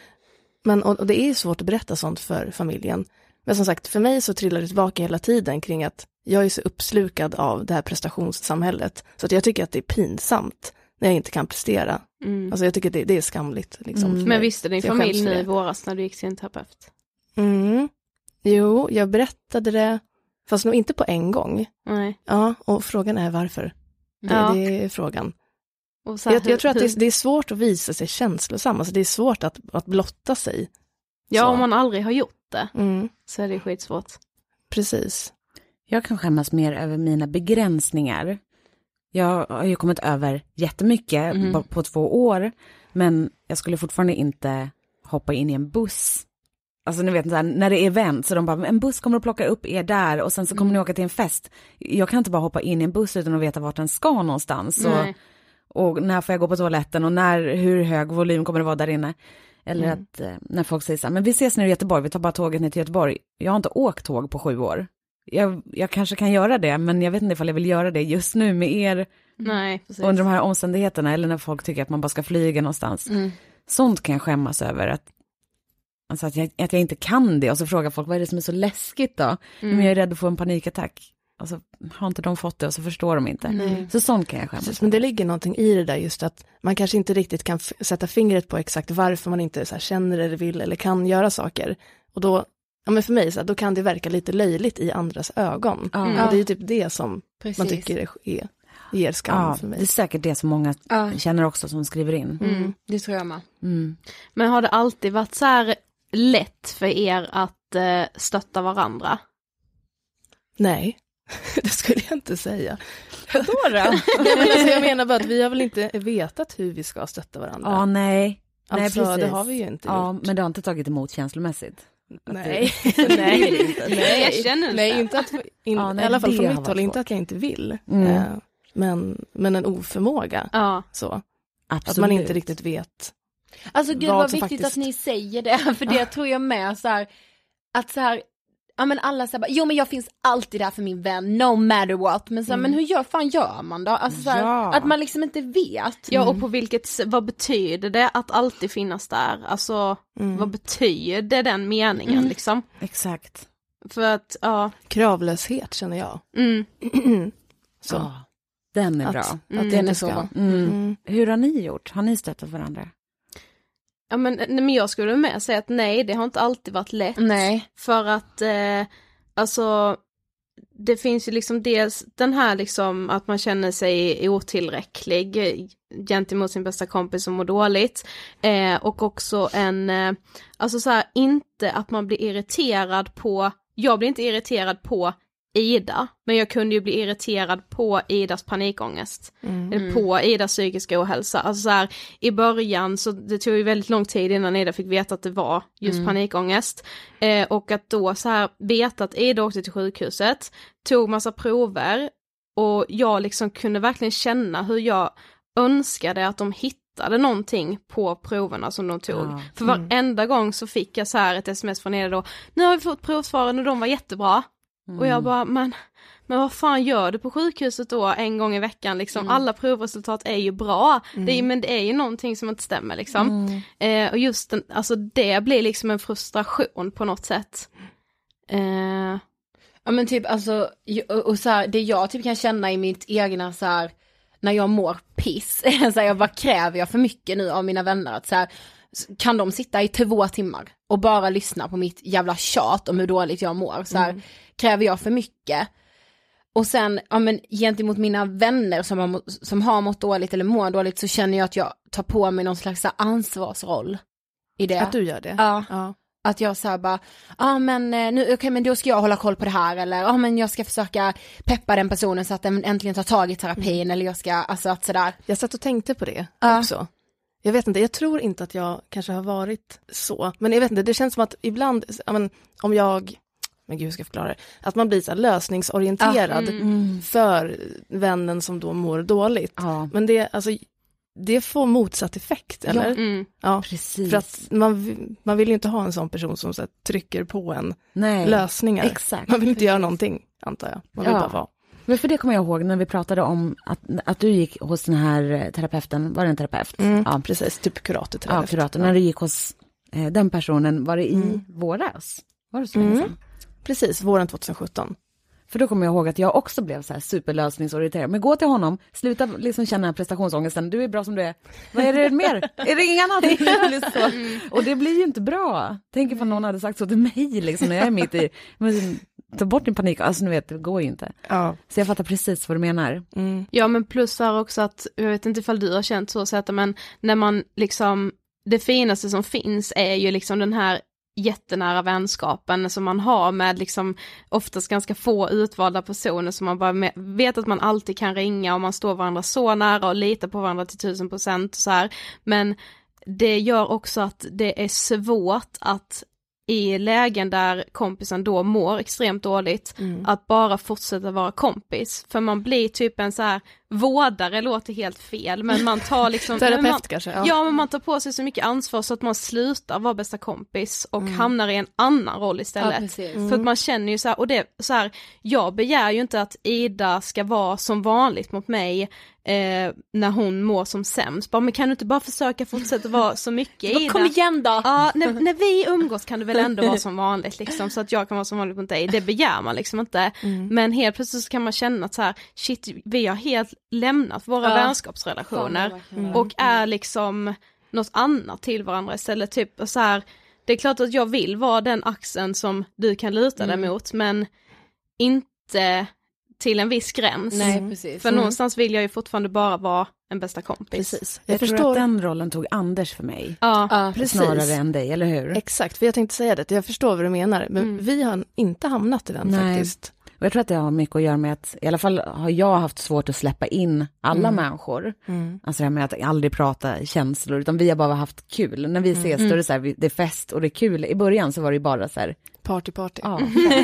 men, och, och det är ju svårt att berätta sånt för familjen. Men som sagt, för mig så trillar det tillbaka hela tiden kring att jag är så uppslukad av det här prestationssamhället. Så att jag tycker att det är pinsamt när jag inte kan prestera. Mm. Alltså jag tycker att det, det är skamligt. Liksom, mm. Men visste din familj nu i våras när du gick till en terapeut? Mm. Jo, jag berättade det. Fast nog inte på en gång. Nej. Ja, och frågan är varför. Det, Ja. det är frågan. Och så här, Jag, jag tror hur, att det är, det är svårt att visa sig känslosam. Alltså det är svårt att, att blotta sig. Ja, Så. om man aldrig har gjort det Mm. så är det skitsvårt. Precis. Jag kan skämmas mer över mina begränsningar. Jag har ju kommit över jättemycket Mm. på, på två år. Men jag skulle fortfarande inte hoppa in i en buss. Alltså ni vet, så här, när det är event så de bara, en buss kommer att plocka upp er där och sen så kommer Mm. ni åka till en fest. Jag kan inte bara hoppa in i en buss utan att veta vart den ska någonstans. Och, och när får jag gå på toaletten och när, hur hög volym kommer det vara där inne. Eller Mm. att eh, när folk säger så här, men vi ses nu i Göteborg, vi tar bara tåget ner till Göteborg. Jag har inte åkt tåg på sju år. Jag, jag kanske kan göra det, men jag vet inte ifall jag vill göra det just nu med er. Nej, precis. Under de här omständigheterna eller när folk tycker att man bara ska flyga någonstans. Mm. Sånt kan jag skämmas över att, alltså att, jag, att jag inte kan det och så frågar folk, vad är det som är så läskigt då? Mm. Men jag är rädd att få en panikattack. Och så har inte de fått det och så förstår de inte. Nej. Så sånt kan jag skämmas Precis, men det ligger någonting i det där just att man kanske inte riktigt kan f- sätta fingret på exakt varför man inte så här känner eller vill eller kan göra saker. Och då, ja men för mig så här, då kan det verka lite löjligt i andras ögon. Ja. Och det är ju typ det som Precis. man tycker är, är ger skam Ja, för mig. det är säkert det som många Ja. känner också som skriver in. Mm, det tror jag med. Mm. Men har det alltid varit så här lätt för er att eh, stötta varandra? Nej, det skulle jag inte säga. Då då? Nej, men alltså, jag menar bara att vi har väl inte vetat hur vi ska stötta varandra. Ja, nej. Alltså, nej, precis. det har vi ju inte Ja, gjort. men det har inte tagit emot känslomässigt. Att Nej, det- nej, inte. nej, Jag känner inte. nej, inte att, in, Ja, nej, i alla fall det från har mitt varit håll, inte svårt. att jag inte vill. Mm. Eh, men, men en oförmåga. Ja. Så. Absolut. Att man inte riktigt vet. Alltså gud Vad vad som viktigt faktiskt- att ni säger det, för det tror jag med så här, att så här, ja men alla säger bara, jo men jag finns alltid där för min vän, no matter what, men så här, Mm. men hur gör, fan gör man då? Alltså så här, Ja. att man liksom inte vet. Ja, och på vilket, s- vad betyder det att alltid finnas där? Alltså, Mm. vad betyder den meningen Mm. liksom? Exakt. För att, ja. Kravlöshet känner jag. Mm. Så. Ja, den är Att, bra. att Mm, det den inte är så ska. bra. Mm. Mm. Hur har ni gjort? Har ni stöttat varandra? Ja men, nej, men jag skulle med säga att nej, det har inte alltid varit lätt. Nej. För att, eh, alltså, det finns ju liksom dels den här liksom att man känner sig otillräcklig eh, gentemot sin bästa kompis som mår dåligt. Eh, och också en, eh, alltså så här, inte att man blir irriterad på, jag blir inte irriterad på Ida, men jag kunde ju bli irriterad på Idas panikångest. Mm. Eller på Idas psykiska ohälsa. Alltså så här, i början så det tog ju väldigt lång tid innan Ida fick veta att det var just Mm. panikångest. Eh, och att då så här veta att Ida åkte till sjukhuset, tog massa prover och jag liksom kunde verkligen känna hur jag önskade att de hittade någonting på proverna som de tog. Ja. För varenda gång så fick jag så här ett sms från Ida då, nu har vi fått provsvaren och de var jättebra. Mm. Och jag bara, men, men vad fan gör du på sjukhuset då en gång i veckan liksom? Mm. Alla provresultat är ju bra, Mm. det är, men det är ju någonting som inte stämmer liksom. Mm. Eh, och just den, alltså det blir liksom en frustration på något sätt. Eh, Ja men typ alltså, ju- och, och så här, det jag typ kan känna i mitt egna så här, när jag mår piss, så här, jag bara kräver jag för mycket nu av mina vänner att så här, s- kan de sitta i två timmar och bara lyssna på mitt jävla tjat om hur dåligt jag mår, så här, Mm. kräver jag för mycket. Och sen, ja men gentemot mina vänner som har, må- som har mått dåligt eller mår dåligt, så känner jag att jag tar på mig någon slags så här, ansvarsroll i det. Att du gör det? Ja. Ja. Att jag så här bara, ja ah, men eh, nu, okay, men då ska jag hålla koll på det här, eller ja ah, men jag ska försöka peppa den personen så att den äntligen tar tag i terapin, Mm. eller jag ska, alltså att sådär. Jag satt och tänkte på det Ja. också. Jag vet inte, jag tror inte att jag kanske har varit så. Men jag vet inte, det känns som att ibland, ja, men, om jag, men gud hur ska jag förklara det? Att man blir så här lösningsorienterad Mm. Mm. för vännen som då mår dåligt. Ja, Men det, alltså, det får motsatt effekt, eller? mm. Ja. precis. För att man, man vill ju inte ha en sån person som så här, trycker på en Nej, lösningar. exakt. Man vill inte göra någonting, antar jag. Man vill Ja. bara vara. Men för det kommer jag ihåg när vi pratade om att, att du gick hos den här eh, terapeuten, var det en terapeut? Mm, Ja, precis, typ ja, kuratorterapeut. kurator. När du gick hos eh, den personen, var det i Mm. våras? Var det så Mm. länge sedan? Precis, våren tjugosjutton. För då kommer jag ihåg att jag också blev så här superlösningsorienterad. Men gå till honom, sluta liksom känna den här prestationsångesten. Du är bra som du är. Vad är det mer? Är det inget annat? Det blir så. Och det blir ju inte bra. Tänk ifall någon hade sagt så till mig liksom, när jag är mitt i. Men ta bort din panik. Alltså, nu vet, det går ju inte. Ja. Så jag fattar precis vad du menar. Mm. Ja, men plus här också att, jag vet inte ifall du har känt så, så att, men när man liksom, det finaste som finns är ju liksom den här jättenära vänskapen som man har med liksom oftast ganska få utvalda personer som man bara med, vet att man alltid kan ringa och man står varandra så nära och litar på varandra till tusen procent och så här. Men det gör också att det är svårt att i lägen där kompisen då mår extremt dåligt, mm. att bara fortsätta vara kompis. För man blir typ en så här vårdare, låter helt fel, men man tar liksom terapeut man, kanske. Ja. ja, men man tar på sig så mycket ansvar så att man slutar vara bästa kompis och mm. hamnar i en annan roll istället. Ja, mm. För att man känner ju så här, och det så här, jag begär ju inte att Ida ska vara som vanligt mot mig Eh, när hon mår som sämst. Bara, men kan du inte bara försöka fortsätta vara så mycket Ida? Kom igen då! Ja, när, när vi umgås kan du väl ändå vara som vanligt liksom, så att jag kan vara som vanligt mot dig. Det begär man liksom inte. Mm. Men helt plötsligt så kan man känna att så här, shit, vi har helt lämnat våra ja. vänskapsrelationer mm. och är liksom något annat till varandra istället. Typ så här, det är klart att jag vill vara den axeln som du kan luta dig mm. mot, men inte till en viss gräns. Nej, precis. För mm. någonstans vill jag ju fortfarande bara vara en bästa kompis. Precis. Jag, jag förstår tror att den rollen tog Anders för mig. Ja, ja precis. Snarare än dig, eller hur? Exakt, för jag tänkte säga det. Jag förstår vad du menar. Men mm. vi har inte hamnat i den Nej. faktiskt. Och jag tror att det har mycket att göra med att, i alla fall har jag haft svårt att släppa in alla mm. människor. Mm. Alltså det här med att aldrig prata känslor, utan vi har bara haft kul. När vi ses mm. då är det så här, det är fest och det är kul. I början så var det ju bara så här party party. Ja.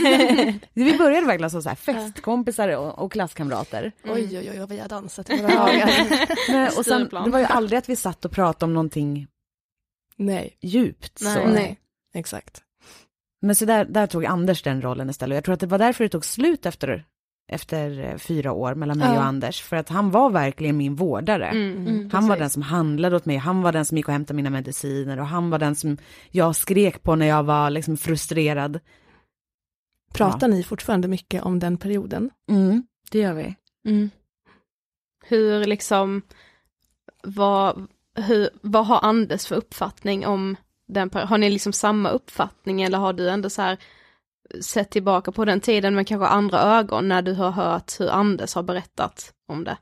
Vi började verkligen som så här festkompisar och, och klasskamrater. Mm. Oj oj oj, vi har dansat i våra dagar. Men, och sen, det var ju aldrig att vi satt och pratade om någonting Nej. djupt. Nej. Så. Nej, exakt. Men så där, där tog Anders den rollen istället. Jag tror att det var därför det tog slut efter, efter fyra år mellan mig ja. och Anders. För att han var verkligen min vårdare. Mm, mm, han precis. var den som handlade åt mig. Han var den som gick och hämtade mina mediciner. Och han var den som jag skrek på när jag var liksom frustrerad. Pratar ja. ni fortfarande mycket om den perioden? Mm, det gör vi. Mm. Hur liksom, vad, hur, vad har Anders för uppfattning om den, har ni liksom samma uppfattning, eller har du ändå så här sett tillbaka på den tiden med kanske andra ögon när du har hört hur Anders har berättat om det?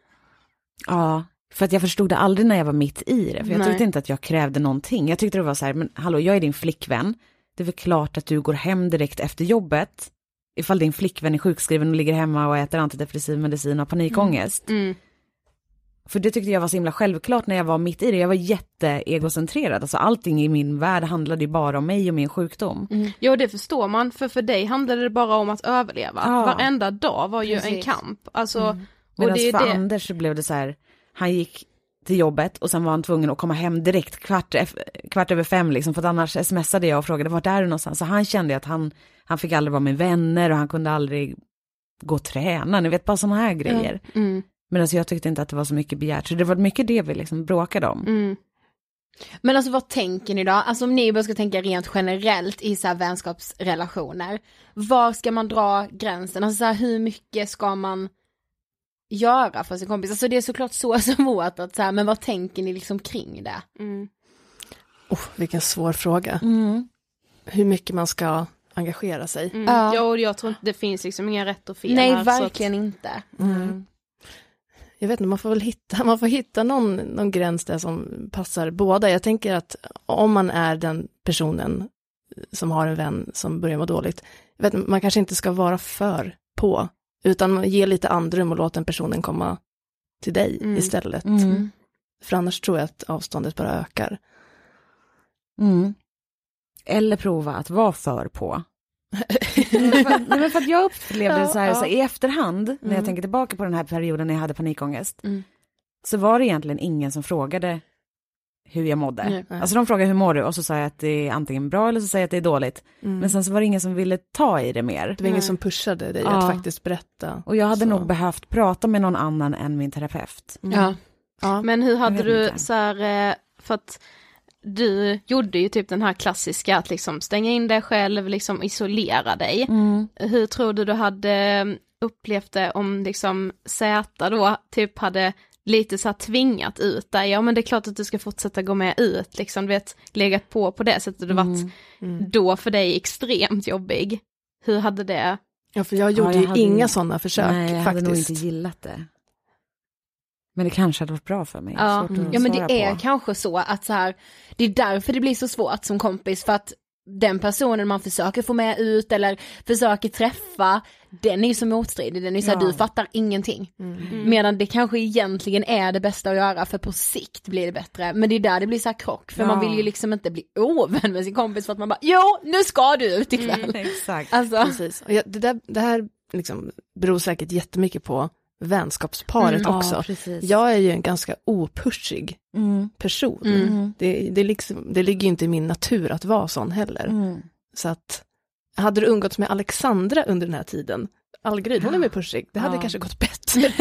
Ja, för att jag förstod det aldrig när jag var mitt i det, för jag Nej. tyckte inte att jag krävde någonting. Jag tyckte det var så här, men hallå, jag är din flickvän. Det är väl klart att du går hem direkt efter jobbet ifall din flickvän är sjukskriven och ligger hemma och äter antidepressiv medicin och har panikångest. Mm. Mm. För det tyckte jag var så himla självklart när jag var mitt i det. Jag var jätteegocentrerad. Alltså allting i min värld handlade ju bara om mig och min sjukdom. Mm. Jo, det förstår man. För för dig handlade det bara om att överleva. Ja. Varenda dag var ju Precis. en kamp. Alltså, mm. och Medan det är för det... Anders så blev det så här, han gick till jobbet och sen var han tvungen att komma hem direkt kvart, kvart över fem liksom, för att annars smsade jag och frågade vart är du någonstans. Så han kände att han, han fick aldrig vara med vänner och han kunde aldrig gå och träna. Ni vet, bara såna här grejer. Ja. Mm. Men alltså jag tyckte inte att det var så mycket begärt. Så det var mycket det vi liksom bråkade om. Mm. Men alltså vad tänker ni då? Alltså om ni bara ska tänka rent generellt i så här vänskapsrelationer. Var ska man dra gränsen? Alltså så här, hur mycket ska man göra för sin kompis? Alltså det är såklart så svårt att så här, men vad tänker ni liksom kring det? Mm. Oh, vilken svår fråga. Mm. Hur mycket man ska engagera sig. Mm. Ja. ja, och jag tror inte det finns liksom inga rätt och fel. Nej, här, verkligen att... inte. Mm. Jag vet inte, man får väl hitta, man får hitta någon, någon gräns där som passar båda. Jag tänker att om man är den personen som har en vän som börjar må dåligt, jag vet, man kanske inte ska vara för på, utan ge lite andrum och låta den personen komma till dig mm. istället. Mm. För annars tror jag att avståndet bara ökar. Mm. Eller prova att vara för på. Nej, men för att jag upplevde det så här, ja, ja. Så här, i efterhand, mm. när jag tänker tillbaka på den här perioden när jag hade panikångest, mm. så var det egentligen ingen som frågade hur jag mådde. Nej, nej. Alltså de frågade hur mår du, och så sa jag att det är antingen bra eller så säger jag att det är dåligt. Mm. Men sen så var det ingen som ville ta i det mer. Det var ingen nej. som pushade dig ja. att faktiskt berätta. Och jag hade så. nog behövt prata med någon annan än min terapeut. Mm. Ja. ja. Men hur hade du inte. så här, för att du gjorde ju typ den här klassiska att liksom stänga in dig själv, liksom isolera dig. Mm. Hur tror du du hade upplevt det om liksom Zäta då typ hade lite så här tvingat ut dig? Ja, men det är klart att du ska fortsätta gå med ut, liksom, du vet, legat på på det sättet. Det mm. varit mm. då för dig extremt jobbig. hur hade det? Ja, för jag gjorde ja, jag ju hade inga inte, sådana försök nej, jag faktiskt. hade nog inte gillat det. Men det kanske hade varit bra för mig. Ja, Svårt att ja men svara det är på. kanske så att så här, det är därför det blir så svårt som kompis, för att den personen man försöker få med ut eller försöker träffa, den är ju så motstridig, den är så här, Ja. du fattar ingenting. Mm. Medan det kanske egentligen är det bästa att göra, för på sikt blir det bättre. Men det är där det blir så här krock, för Ja. man vill ju liksom inte bli ovän med sin kompis för att man bara, jo, nu ska du ut ikväll. Mm, exakt. Alltså. Precis. Och jag, det, där, det här liksom beror säkert jättemycket på vänskapsparet Mm, också. ja, precis. Jag är ju en ganska opushig Mm. person. Mm. Det, det, liksom, det ligger ju inte i min natur att vara sån heller. Mm. Så att, hade du umgåtts med Alexandra under den här tiden, Algryd, hon är mer pushig, det hade Ja. kanske gått bättre.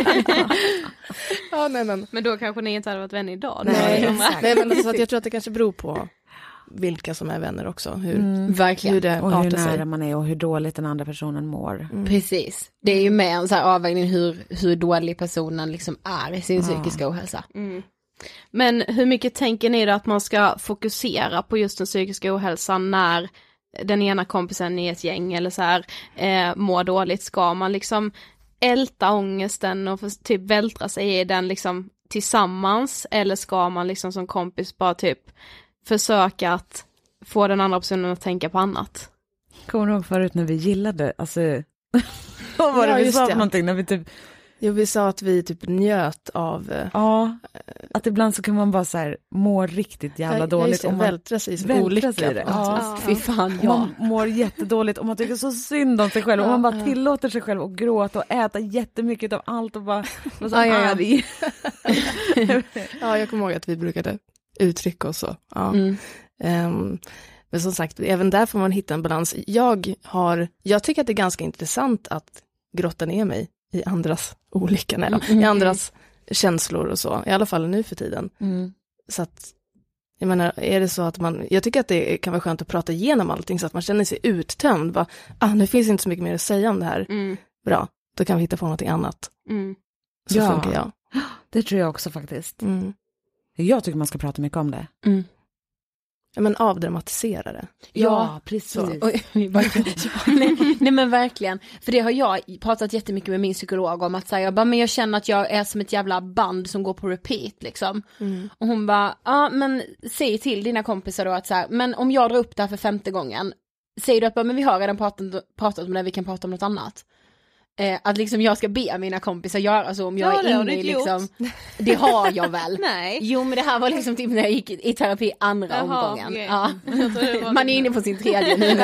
ja, nej, men. Men då kanske ni inte hade varit vänner idag. Nej, exakt. nej, men alltså, att jag tror att det kanske beror på vilka som är vänner också, hur, Mm. Verkligen. hur det Och hur artar sig. nära man är och hur dåligt den andra personen mår. Mm. Precis. Det är ju med en så här avvägning hur, hur dålig personen liksom är i sin Ja. psykiska ohälsa. Mm. Men hur mycket tänker ni då att man ska fokusera på just den psykiska ohälsan när den ena kompisen i ett gäng eller så här eh, mår dåligt? Ska man liksom älta ångesten och för, typ vältra sig i den liksom tillsammans, eller ska man liksom som kompis bara typ försöka att få den andra personen att tänka på annat? Kommer du ihåg förut när vi gillade, alltså vad var det Ja, vi just sa det. för någonting när vi typ, Jo, vi sa att vi typ njöt av eh, ja, att ibland så kan man bara så här må riktigt jävla ja, dåligt. just det, om man vältra sig i sin vältrar olycka. sig i det. på något Ja. vis. Fy fan, Och ja. man mår jättedåligt och man tycker så synd om sig själv och man bara tillåter sig själv att gråta och äta jättemycket av allt och bara och så Ja, ja, ja. arg. Ja, jag kommer ihåg att vi brukade uttrycka oss så. Ja. Mm. Ehm, men som sagt, även där får man hitta en balans. Jag, har, jag tycker att det är ganska intressant att grotta ner mig i andras olycka, nej då, Mm. i andras känslor och så. I alla fall nu för tiden. Mm. Så att, jag menar, är det så att man, jag tycker att det kan vara skönt att prata igenom allting så att man känner sig uttömd. Bara, ah, nu finns inte så mycket mer att säga om det här. Mm. Bra, då kan vi hitta på någonting annat. Mm. Så Ja. funkar jag. Det tror jag också faktiskt. Mm. Jag tycker man ska prata mycket om det. Mm. Ja, men avdramatisera det. Ja, precis. Så, oj, vi bara, nej, nej men verkligen, för det har jag pratat jättemycket med min psykolog om, att säga, jag bara, men jag känner att jag är som ett jävla band som går på repeat liksom. Mm. Och hon bara, ja men säg till dina kompisar då att så här, men om jag drar upp det här för femte gången, säger du att bara, men vi har redan pratat, pratat om det, vi kan prata om något annat. Eh, att liksom jag ska be mina kompisar göra så om jag Ja, är det har inne du i inte liksom, det har jag väl. Nej. Jo men det här var liksom typ när jag gick i terapi andra Jaha, omgången. okej. Ja. Jag tror det var Man är inne på sin tredje nu.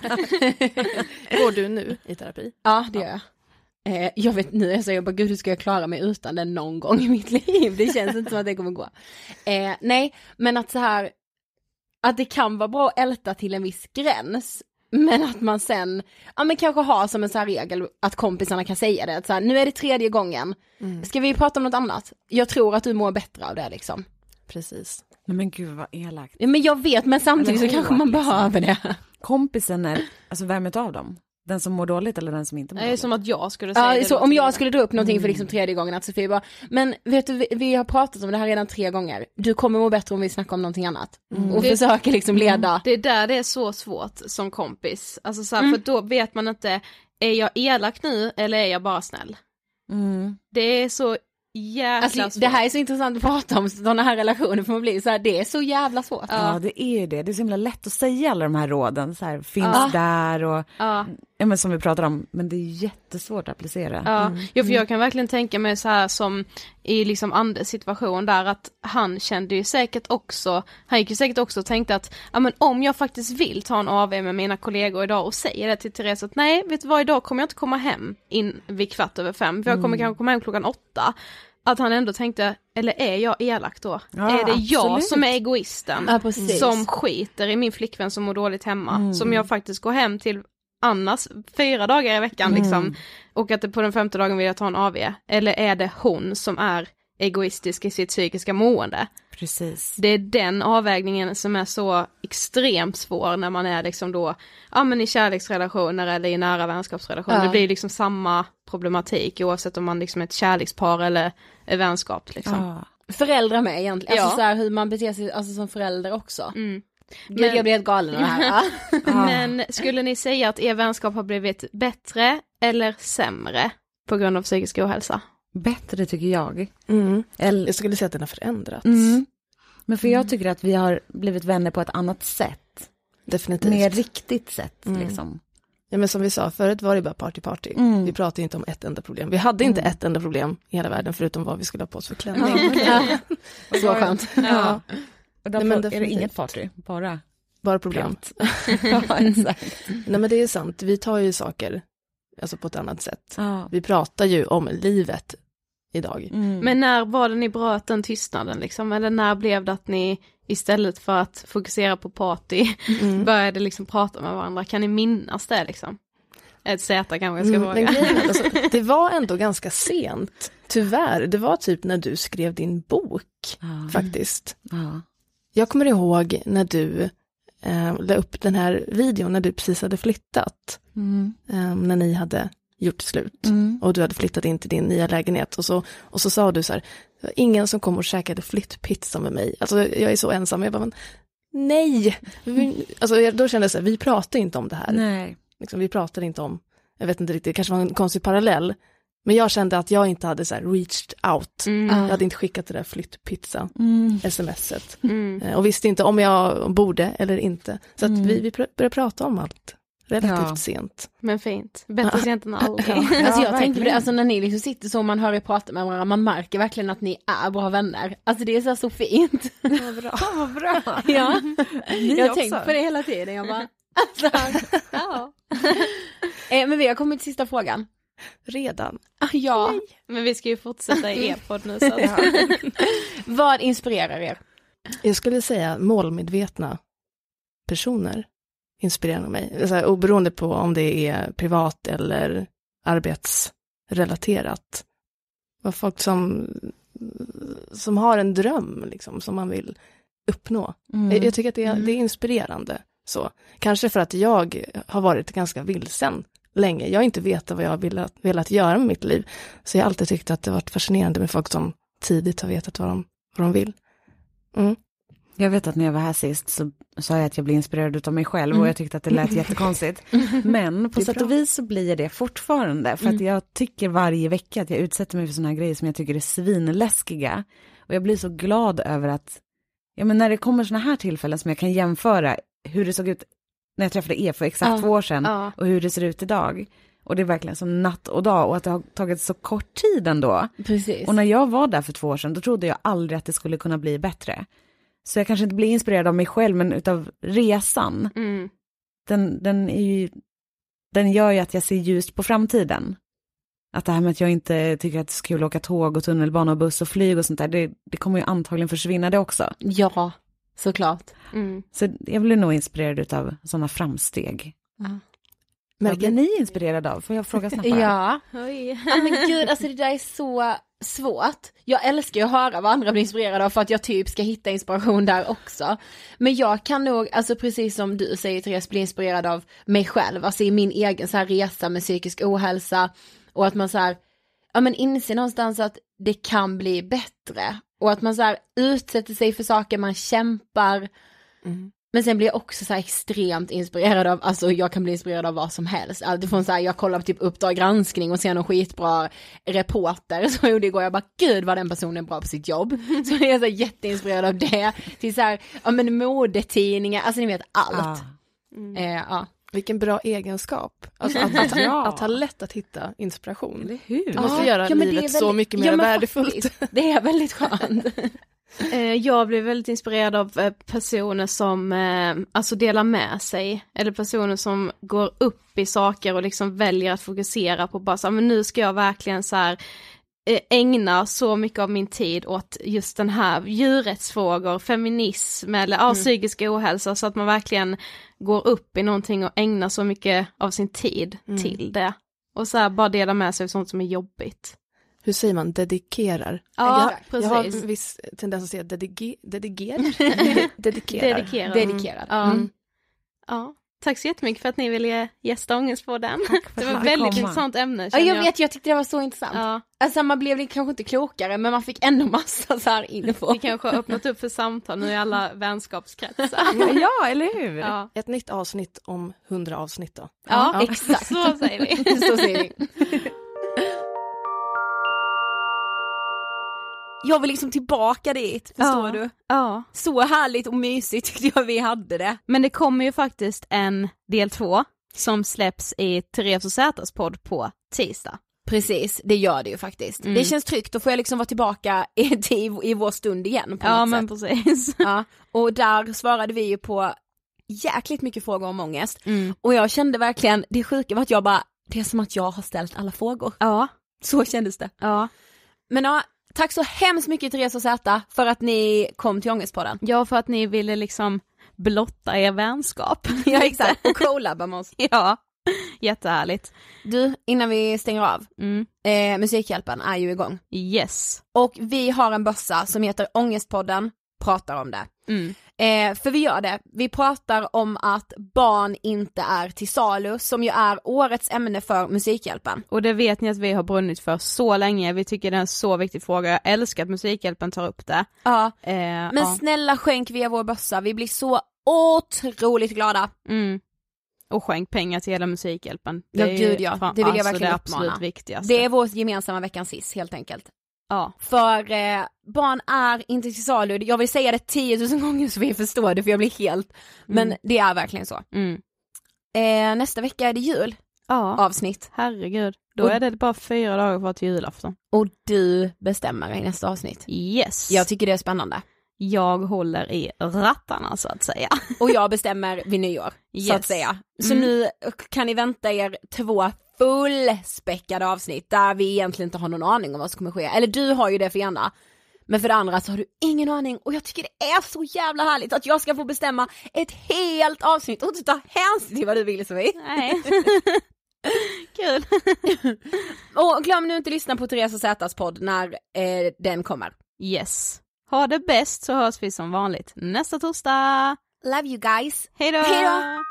Går du nu i terapi? Ja, det gör jag. Eh, jag vet nu, jag säger bara, gud hur ska jag klara mig utan den någon gång i mitt liv? Det känns inte som att det kommer gå. Eh, nej, men att så här, att det kan vara bra att älta till en viss gräns, men att man sen, ja men kanske har som en så här regel att kompisarna kan säga det, att så här, nu är det tredje gången, Mm. ska vi prata om något annat? Jag tror att du mår bättre av det liksom. Precis. Nej men gud vad elakt. Ja, men jag vet, men samtidigt Eller så kanske hårt, man liksom. behöver det. Kompisen är, alltså vem utav dem? Den som mår dåligt eller den som inte mår Det är dåligt? som att jag skulle säga Ja, det så låter om jag illa. skulle dra upp någonting Mm. för liksom tredje gången, att Sofie bara, men vet du, vi, vi har pratat om det här redan tre gånger, du kommer må bättre om vi snackar om någonting annat. Mm. Och Det- försöker liksom leda. Det är där det är så svårt som kompis. Alltså så här, Mm. för då vet man inte, är jag elak nu eller är jag bara snäll? Mm. Det är så jäkla Alltså, svårt. det här är så intressant att prata om sådana här relationer, för man blir så här, det är så jävla svårt. Ja, det är ju det. Det är så himla lätt att säga alla de här råden. Så här, finns Ja. där och Ja. ja, men som vi pratar om. Men det är jättesvårt att applicera. Ja, Mm. jo, för jag kan verkligen tänka mig så här som i liksom Anders situation där, att han kände ju säkert också, han gick ju säkert också och tänkte att ja, men om jag faktiskt vill ta en A V med mina kollegor idag och säger det till Therese att nej, vet du vad, idag kommer jag inte komma hem in vid kvart över fem, för jag kommer Mm. kanske komma hem klockan åtta. Att han ändå tänkte, eller är jag elak då? Ja, är det jag absolut. som är egoisten? Ja, precis. Som skiter i min flickvän som mår dåligt hemma, Mm. som jag faktiskt går hem till annars fyra dagar i veckan Mm. liksom, och att det på den femte dagen vill jag ta en A V, eller är det hon som är egoistisk i sitt psykiska mående? Precis. Det är den avvägningen som är så extremt svår när man är liksom då, ja men i kärleksrelationer eller i nära vänskapsrelationer. Ja. Det blir liksom samma problematik oavsett om man liksom är ett kärlekspar eller är vänskap liksom. Ja. Föräldrar med egentligen, alltså Ja. så här, hur man beter sig alltså, som förälder också. Mm. Gud, Men- jag blir helt galen av det här. Men skulle ni säga att er vänskap har blivit bättre eller sämre på grund av psykisk ohälsa? Bättre tycker jag. Mm. Eller, Jag skulle säga att den har förändrats. mm. Men för jag tycker att vi har blivit vänner på ett annat sätt. Definitivt. Mer riktigt sätt Mm. liksom. Ja, men som vi sa, förut var det bara party party. Mm. Vi pratade inte om ett enda problem. Vi hade inte Mm. ett enda problem i hela världen förutom vad vi skulle ha på oss för klänning. Ja. Så skönt. Ja. Och då Nej, men är det definitivt. inget party, bara Bara problem. ja, exakt. Nej, men det är sant. Vi tar ju saker alltså på ett annat sätt. Ja. Vi pratar ju om livet idag. Mm. Men när var det ni bröt den tystnaden liksom? Eller när blev det att ni istället för att fokusera på party Mm. började liksom prata med varandra? Kan ni minnas det liksom? Ett Z kanske jag ska Mm, fråga. men grejen är, alltså, det var ändå ganska sent. Tyvärr, det var typ när du skrev din bok Ja. faktiskt. Ja. Jag kommer ihåg när du eh, la upp den här videon när du precis hade flyttat. Mm. Eh, när ni hade gjort slut. Mm. Och du hade flyttat in till din nya lägenhet. Och så, och så sa du så här, det var ingen som kom och käkade flyttpizza med mig. Alltså jag är så ensam. Jag bara, men, nej! Vi, alltså, jag, då kände jag så här, vi pratar inte om det här. Nej. Liksom, vi pratade inte om, jag vet inte riktigt, det kanske var en konstig parallell. Men jag kände att jag inte hade så här reached out. Mm. Jag hade inte skickat det där flyttpizza Mm. smset. Mm. Eh, Och visste inte om jag borde eller inte. Så att Mm. vi, vi pr- började prata om allt relativt Ja. sent. Men fint. Bättre sent än aldrig. Alltså jag verkligen. tänkte på det, alltså när ni liksom sitter så och man hör er prata med varandra, man märker verkligen att ni är bra vänner. Alltså det är så, så fint. Vad bra. Vad bra. Ja, Ni jag har också. tänkt på det hela tiden. Jag bara, alltså, ja. eh, men vi har kommit till sista frågan. Redan. Ah, ja, Men vi ska ju fortsätta i e-podd nu. Så att... vad inspirerar er? Jag skulle säga målmedvetna personer inspirerar mig. Så här, oberoende på om det är privat eller arbetsrelaterat. Var folk som, som har en dröm liksom, som man vill uppnå. Mm. Jag, jag tycker att det är, det är inspirerande. Så. Kanske för att jag har varit ganska vilsen länge. Jag har inte vetat vad jag har velat, velat göra med mitt liv. Så jag har alltid tyckt att det har varit fascinerande med folk som tidigt har vetat vad de, vad de vill. Mm. Jag vet att när jag var här sist så sa jag att jag blev inspirerad av mig själv och jag tyckte att det lät jättekonstigt. Men på Det är sätt bra. och vis så blir jag det fortfarande. För att jag tycker varje vecka att jag utsätter mig för såna här grejer som jag tycker är svinläskiga. Och jag blir så glad över att, ja men när det kommer såna här tillfällen som jag kan jämföra hur det såg ut när jag träffade er för exakt Ja, två år sedan ja. och hur det ser ut idag. Och det är verkligen som natt och dag och att det har tagit så kort tid ändå. Precis. Och när jag var där för två år sedan då trodde jag aldrig att det skulle kunna bli bättre. Så jag kanske inte blir inspirerad av mig själv men utav resan. Mm. Den, den, är ju, den gör ju att jag ser ljust på framtiden. Att det här med att jag inte tycker att det är så kul att åka tåg och tunnelbana och buss och flyg och sånt där. Det, det kommer ju antagligen försvinna det också. Ja, såklart. Mm. Så jag blir nog inspirerad utav sådana framsteg. Ja. Vad blir ni inspirerade av? Får jag fråga snabbt bara? Ja. Oj. Ja men gud, alltså det där är så svårt. Jag älskar ju att höra vad andra blir inspirerade av för att jag typ ska hitta inspiration där också. Men jag kan nog, alltså precis som du säger Therese, bli inspirerad av mig själv. Alltså i min egen så här resa med psykisk ohälsa. Och att man så här, ja men inser någonstans att det kan bli bättre. Och att man så här utsätter sig för saker, man kämpar. Mm. Men sen blir jag också så här extremt inspirerad av, alltså jag kan bli inspirerad av vad som helst. Allt från så här, jag kollar på typ Uppdrag granskning och ser någon skitbra reporter som jag gjorde igår. Jag bara, gud vad den personen är bra på sitt jobb. Så jag är så här jätteinspirerad av det. Till så här, ja men modetidningar, alltså ni vet allt. Mm. Eh, ja. Vilken bra egenskap. Alltså att, att, Ja. att ha lätt att hitta inspiration. Eller hur? Det måste Ja, göra ja, men det är livet så väldigt- mycket mer ja, men värdefullt. faktiskt, det är väldigt skönt. Eh, Jag blev väldigt inspirerad av eh, personer som eh, alltså delar med sig. Eller personer som går upp i saker och liksom väljer att fokusera på bara så här, men nu ska jag verkligen så här eh, ägna så mycket av min tid åt just den här djurrättsfrågor, feminism eller ja, psykisk ohälsa, så att man verkligen går upp i någonting och ägnar så mycket av sin tid Mm. till det. Och så här bara dela med sig av sånt som är jobbigt. Hur säger man? Dedikerar. Ja, jag, jag har precis. en viss tendens att säga dedige, dediger. Dedikerar. Dedikerad. Dedikerad. Ja. Mm. Ja. tack så jättemycket för att ni ville gästa Ångestpodden. Det var ett väldigt komma. intressant ämne. Ja, jag, jag vet, jag tyckte det var så intressant. Ja. Alltså man blev kanske inte klokare, men man fick ändå massa så här info. Vi kanske har öppnat upp för samtal nu i alla vänskapskretsar. Ja, eller hur? Ja. Ett nytt avsnitt om hundra avsnitt då. Ja, ja. Exakt. Så säger vi. Så säger vi. Jag vill liksom tillbaka dit, förstår ja. du? Ja. Så härligt och mysigt tyckte jag vi hade det. Men det kommer ju faktiskt en del två som släpps i Therese och Zätas podd på tisdag. Precis, det gör det ju faktiskt. Mm. Det känns tryggt, då får jag liksom vara tillbaka i, i, i vår stund igen på ja, något men sätt. precis. Ja, och där svarade vi ju på jäkligt mycket frågor om ångest. Mm. Och jag kände verkligen, det sjuka var att jag bara, det är som att jag har ställt alla frågor. Ja. Så kändes det. Ja. Men ja, tack så hemskt mycket Therese och Zäta för att ni kom till Ångestpodden. Ja, för att ni ville liksom blotta er vänskap. Ja, exakt. Och collaba med oss. Ja, jättehärligt. Du, innan vi stänger av, mm. eh, Musikhjälpen är ju igång. Yes. Och vi har en bössa som heter Ångestpodden, pratar om det. Mm. Eh, för vi gör det. Vi pratar om att barn inte är till salu, som ju är årets ämne för Musikhjälpen. Och det vet ni att vi har brunnit för så länge. Vi tycker det är en så viktig fråga. Jag älskar att Musikhjälpen tar upp det. Ja, eh, men ja. snälla skänk via vår bössa. Vi blir så otroligt glada. Mm. Och skänk pengar till hela Musikhjälpen. Det ja, gud ja. Det vill jag alltså verkligen det uppmana. absolut viktigaste. Det är vår gemensamma veckans hiss, helt enkelt. Ja. För eh, barn är inte till salu. Jag vill säga det tiotusen gånger så vi förstår det, för jag blir helt... Men mm. det är verkligen så. Mm. Eh, nästa vecka är det jul. Ja. Avsnitt. Herregud. Då och, är det bara fyra dagar kvar till julafton. Och du bestämmer i nästa avsnitt. Yes. Jag tycker det är spännande. Jag håller i rattarna så att säga. Och jag bestämmer vid nyår, yes. så att säga. Så mm. nu kan ni vänta er två fullspäckade avsnitt där vi egentligen inte har någon aning om vad som kommer ske. Eller du har ju det för gärna. Men för det andra så har du ingen aning. Och jag tycker det är så jävla härligt att jag ska få bestämma ett helt avsnitt och inte ta hänsyn till vad du vill, Sofie. Nej. Kul. Och glöm nu inte lyssna på Therese och Zätas podd när eh, den kommer. Yes. Ha det bäst, så hörs vi som vanligt nästa torsdag. Love you guys. Hej då. Hej då.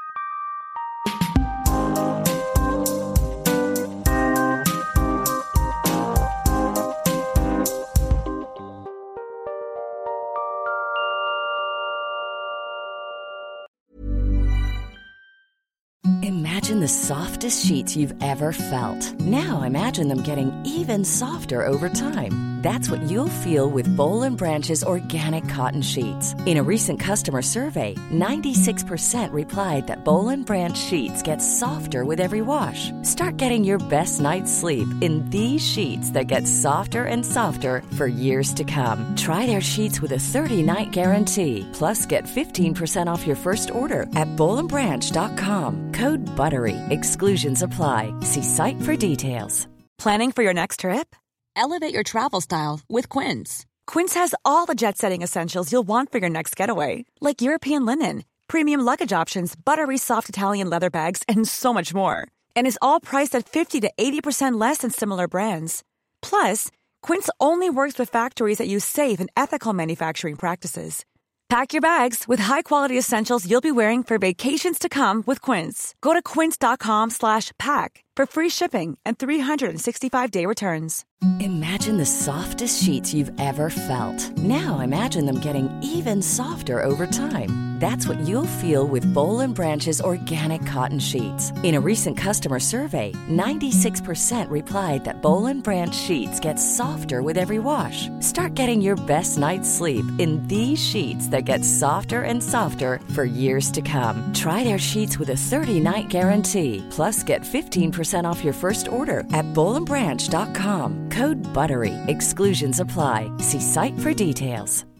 Imagine the softest sheets you've ever felt. Now imagine them getting even softer over time. That's what you'll feel with Boll and Branch's organic cotton sheets. In a recent customer survey, ninety-six percent replied that Boll and Branch sheets get softer with every wash. Start getting your best night's sleep in these sheets that get softer and softer for years to come. Try their sheets with a thirty-night guarantee. Plus, get fifteen percent off your first order at boll and branch dot com. Code BUTTERY. Exclusions apply. See site for details. Planning for your next trip? Elevate your travel style with Quince. Quince has all the jet-setting essentials you'll want for your next getaway, like European linen, premium luggage options, buttery soft Italian leather bags, and so much more. And is all priced at fifty to eighty percent less than similar brands. Plus, Quince only works with factories that use safe and ethical manufacturing practices. Pack your bags with high-quality essentials you'll be wearing for vacations to come with Quince. Go to quince.com slash pack for free shipping and three sixty-five day returns. Imagine the softest sheets you've ever felt. Now imagine them getting even softer over time. That's what you'll feel with Boll and Branch's organic cotton sheets. In a recent customer survey, ninety-six percent replied that Boll and Branch sheets get softer with every wash. Start getting your best night's sleep in these sheets that get softer and softer for years to come. Try their sheets with a thirty-night guarantee. Plus, get fifteen percent off your first order at boll and branch dot com. Code BUTTERY. Exclusions apply. See site for details.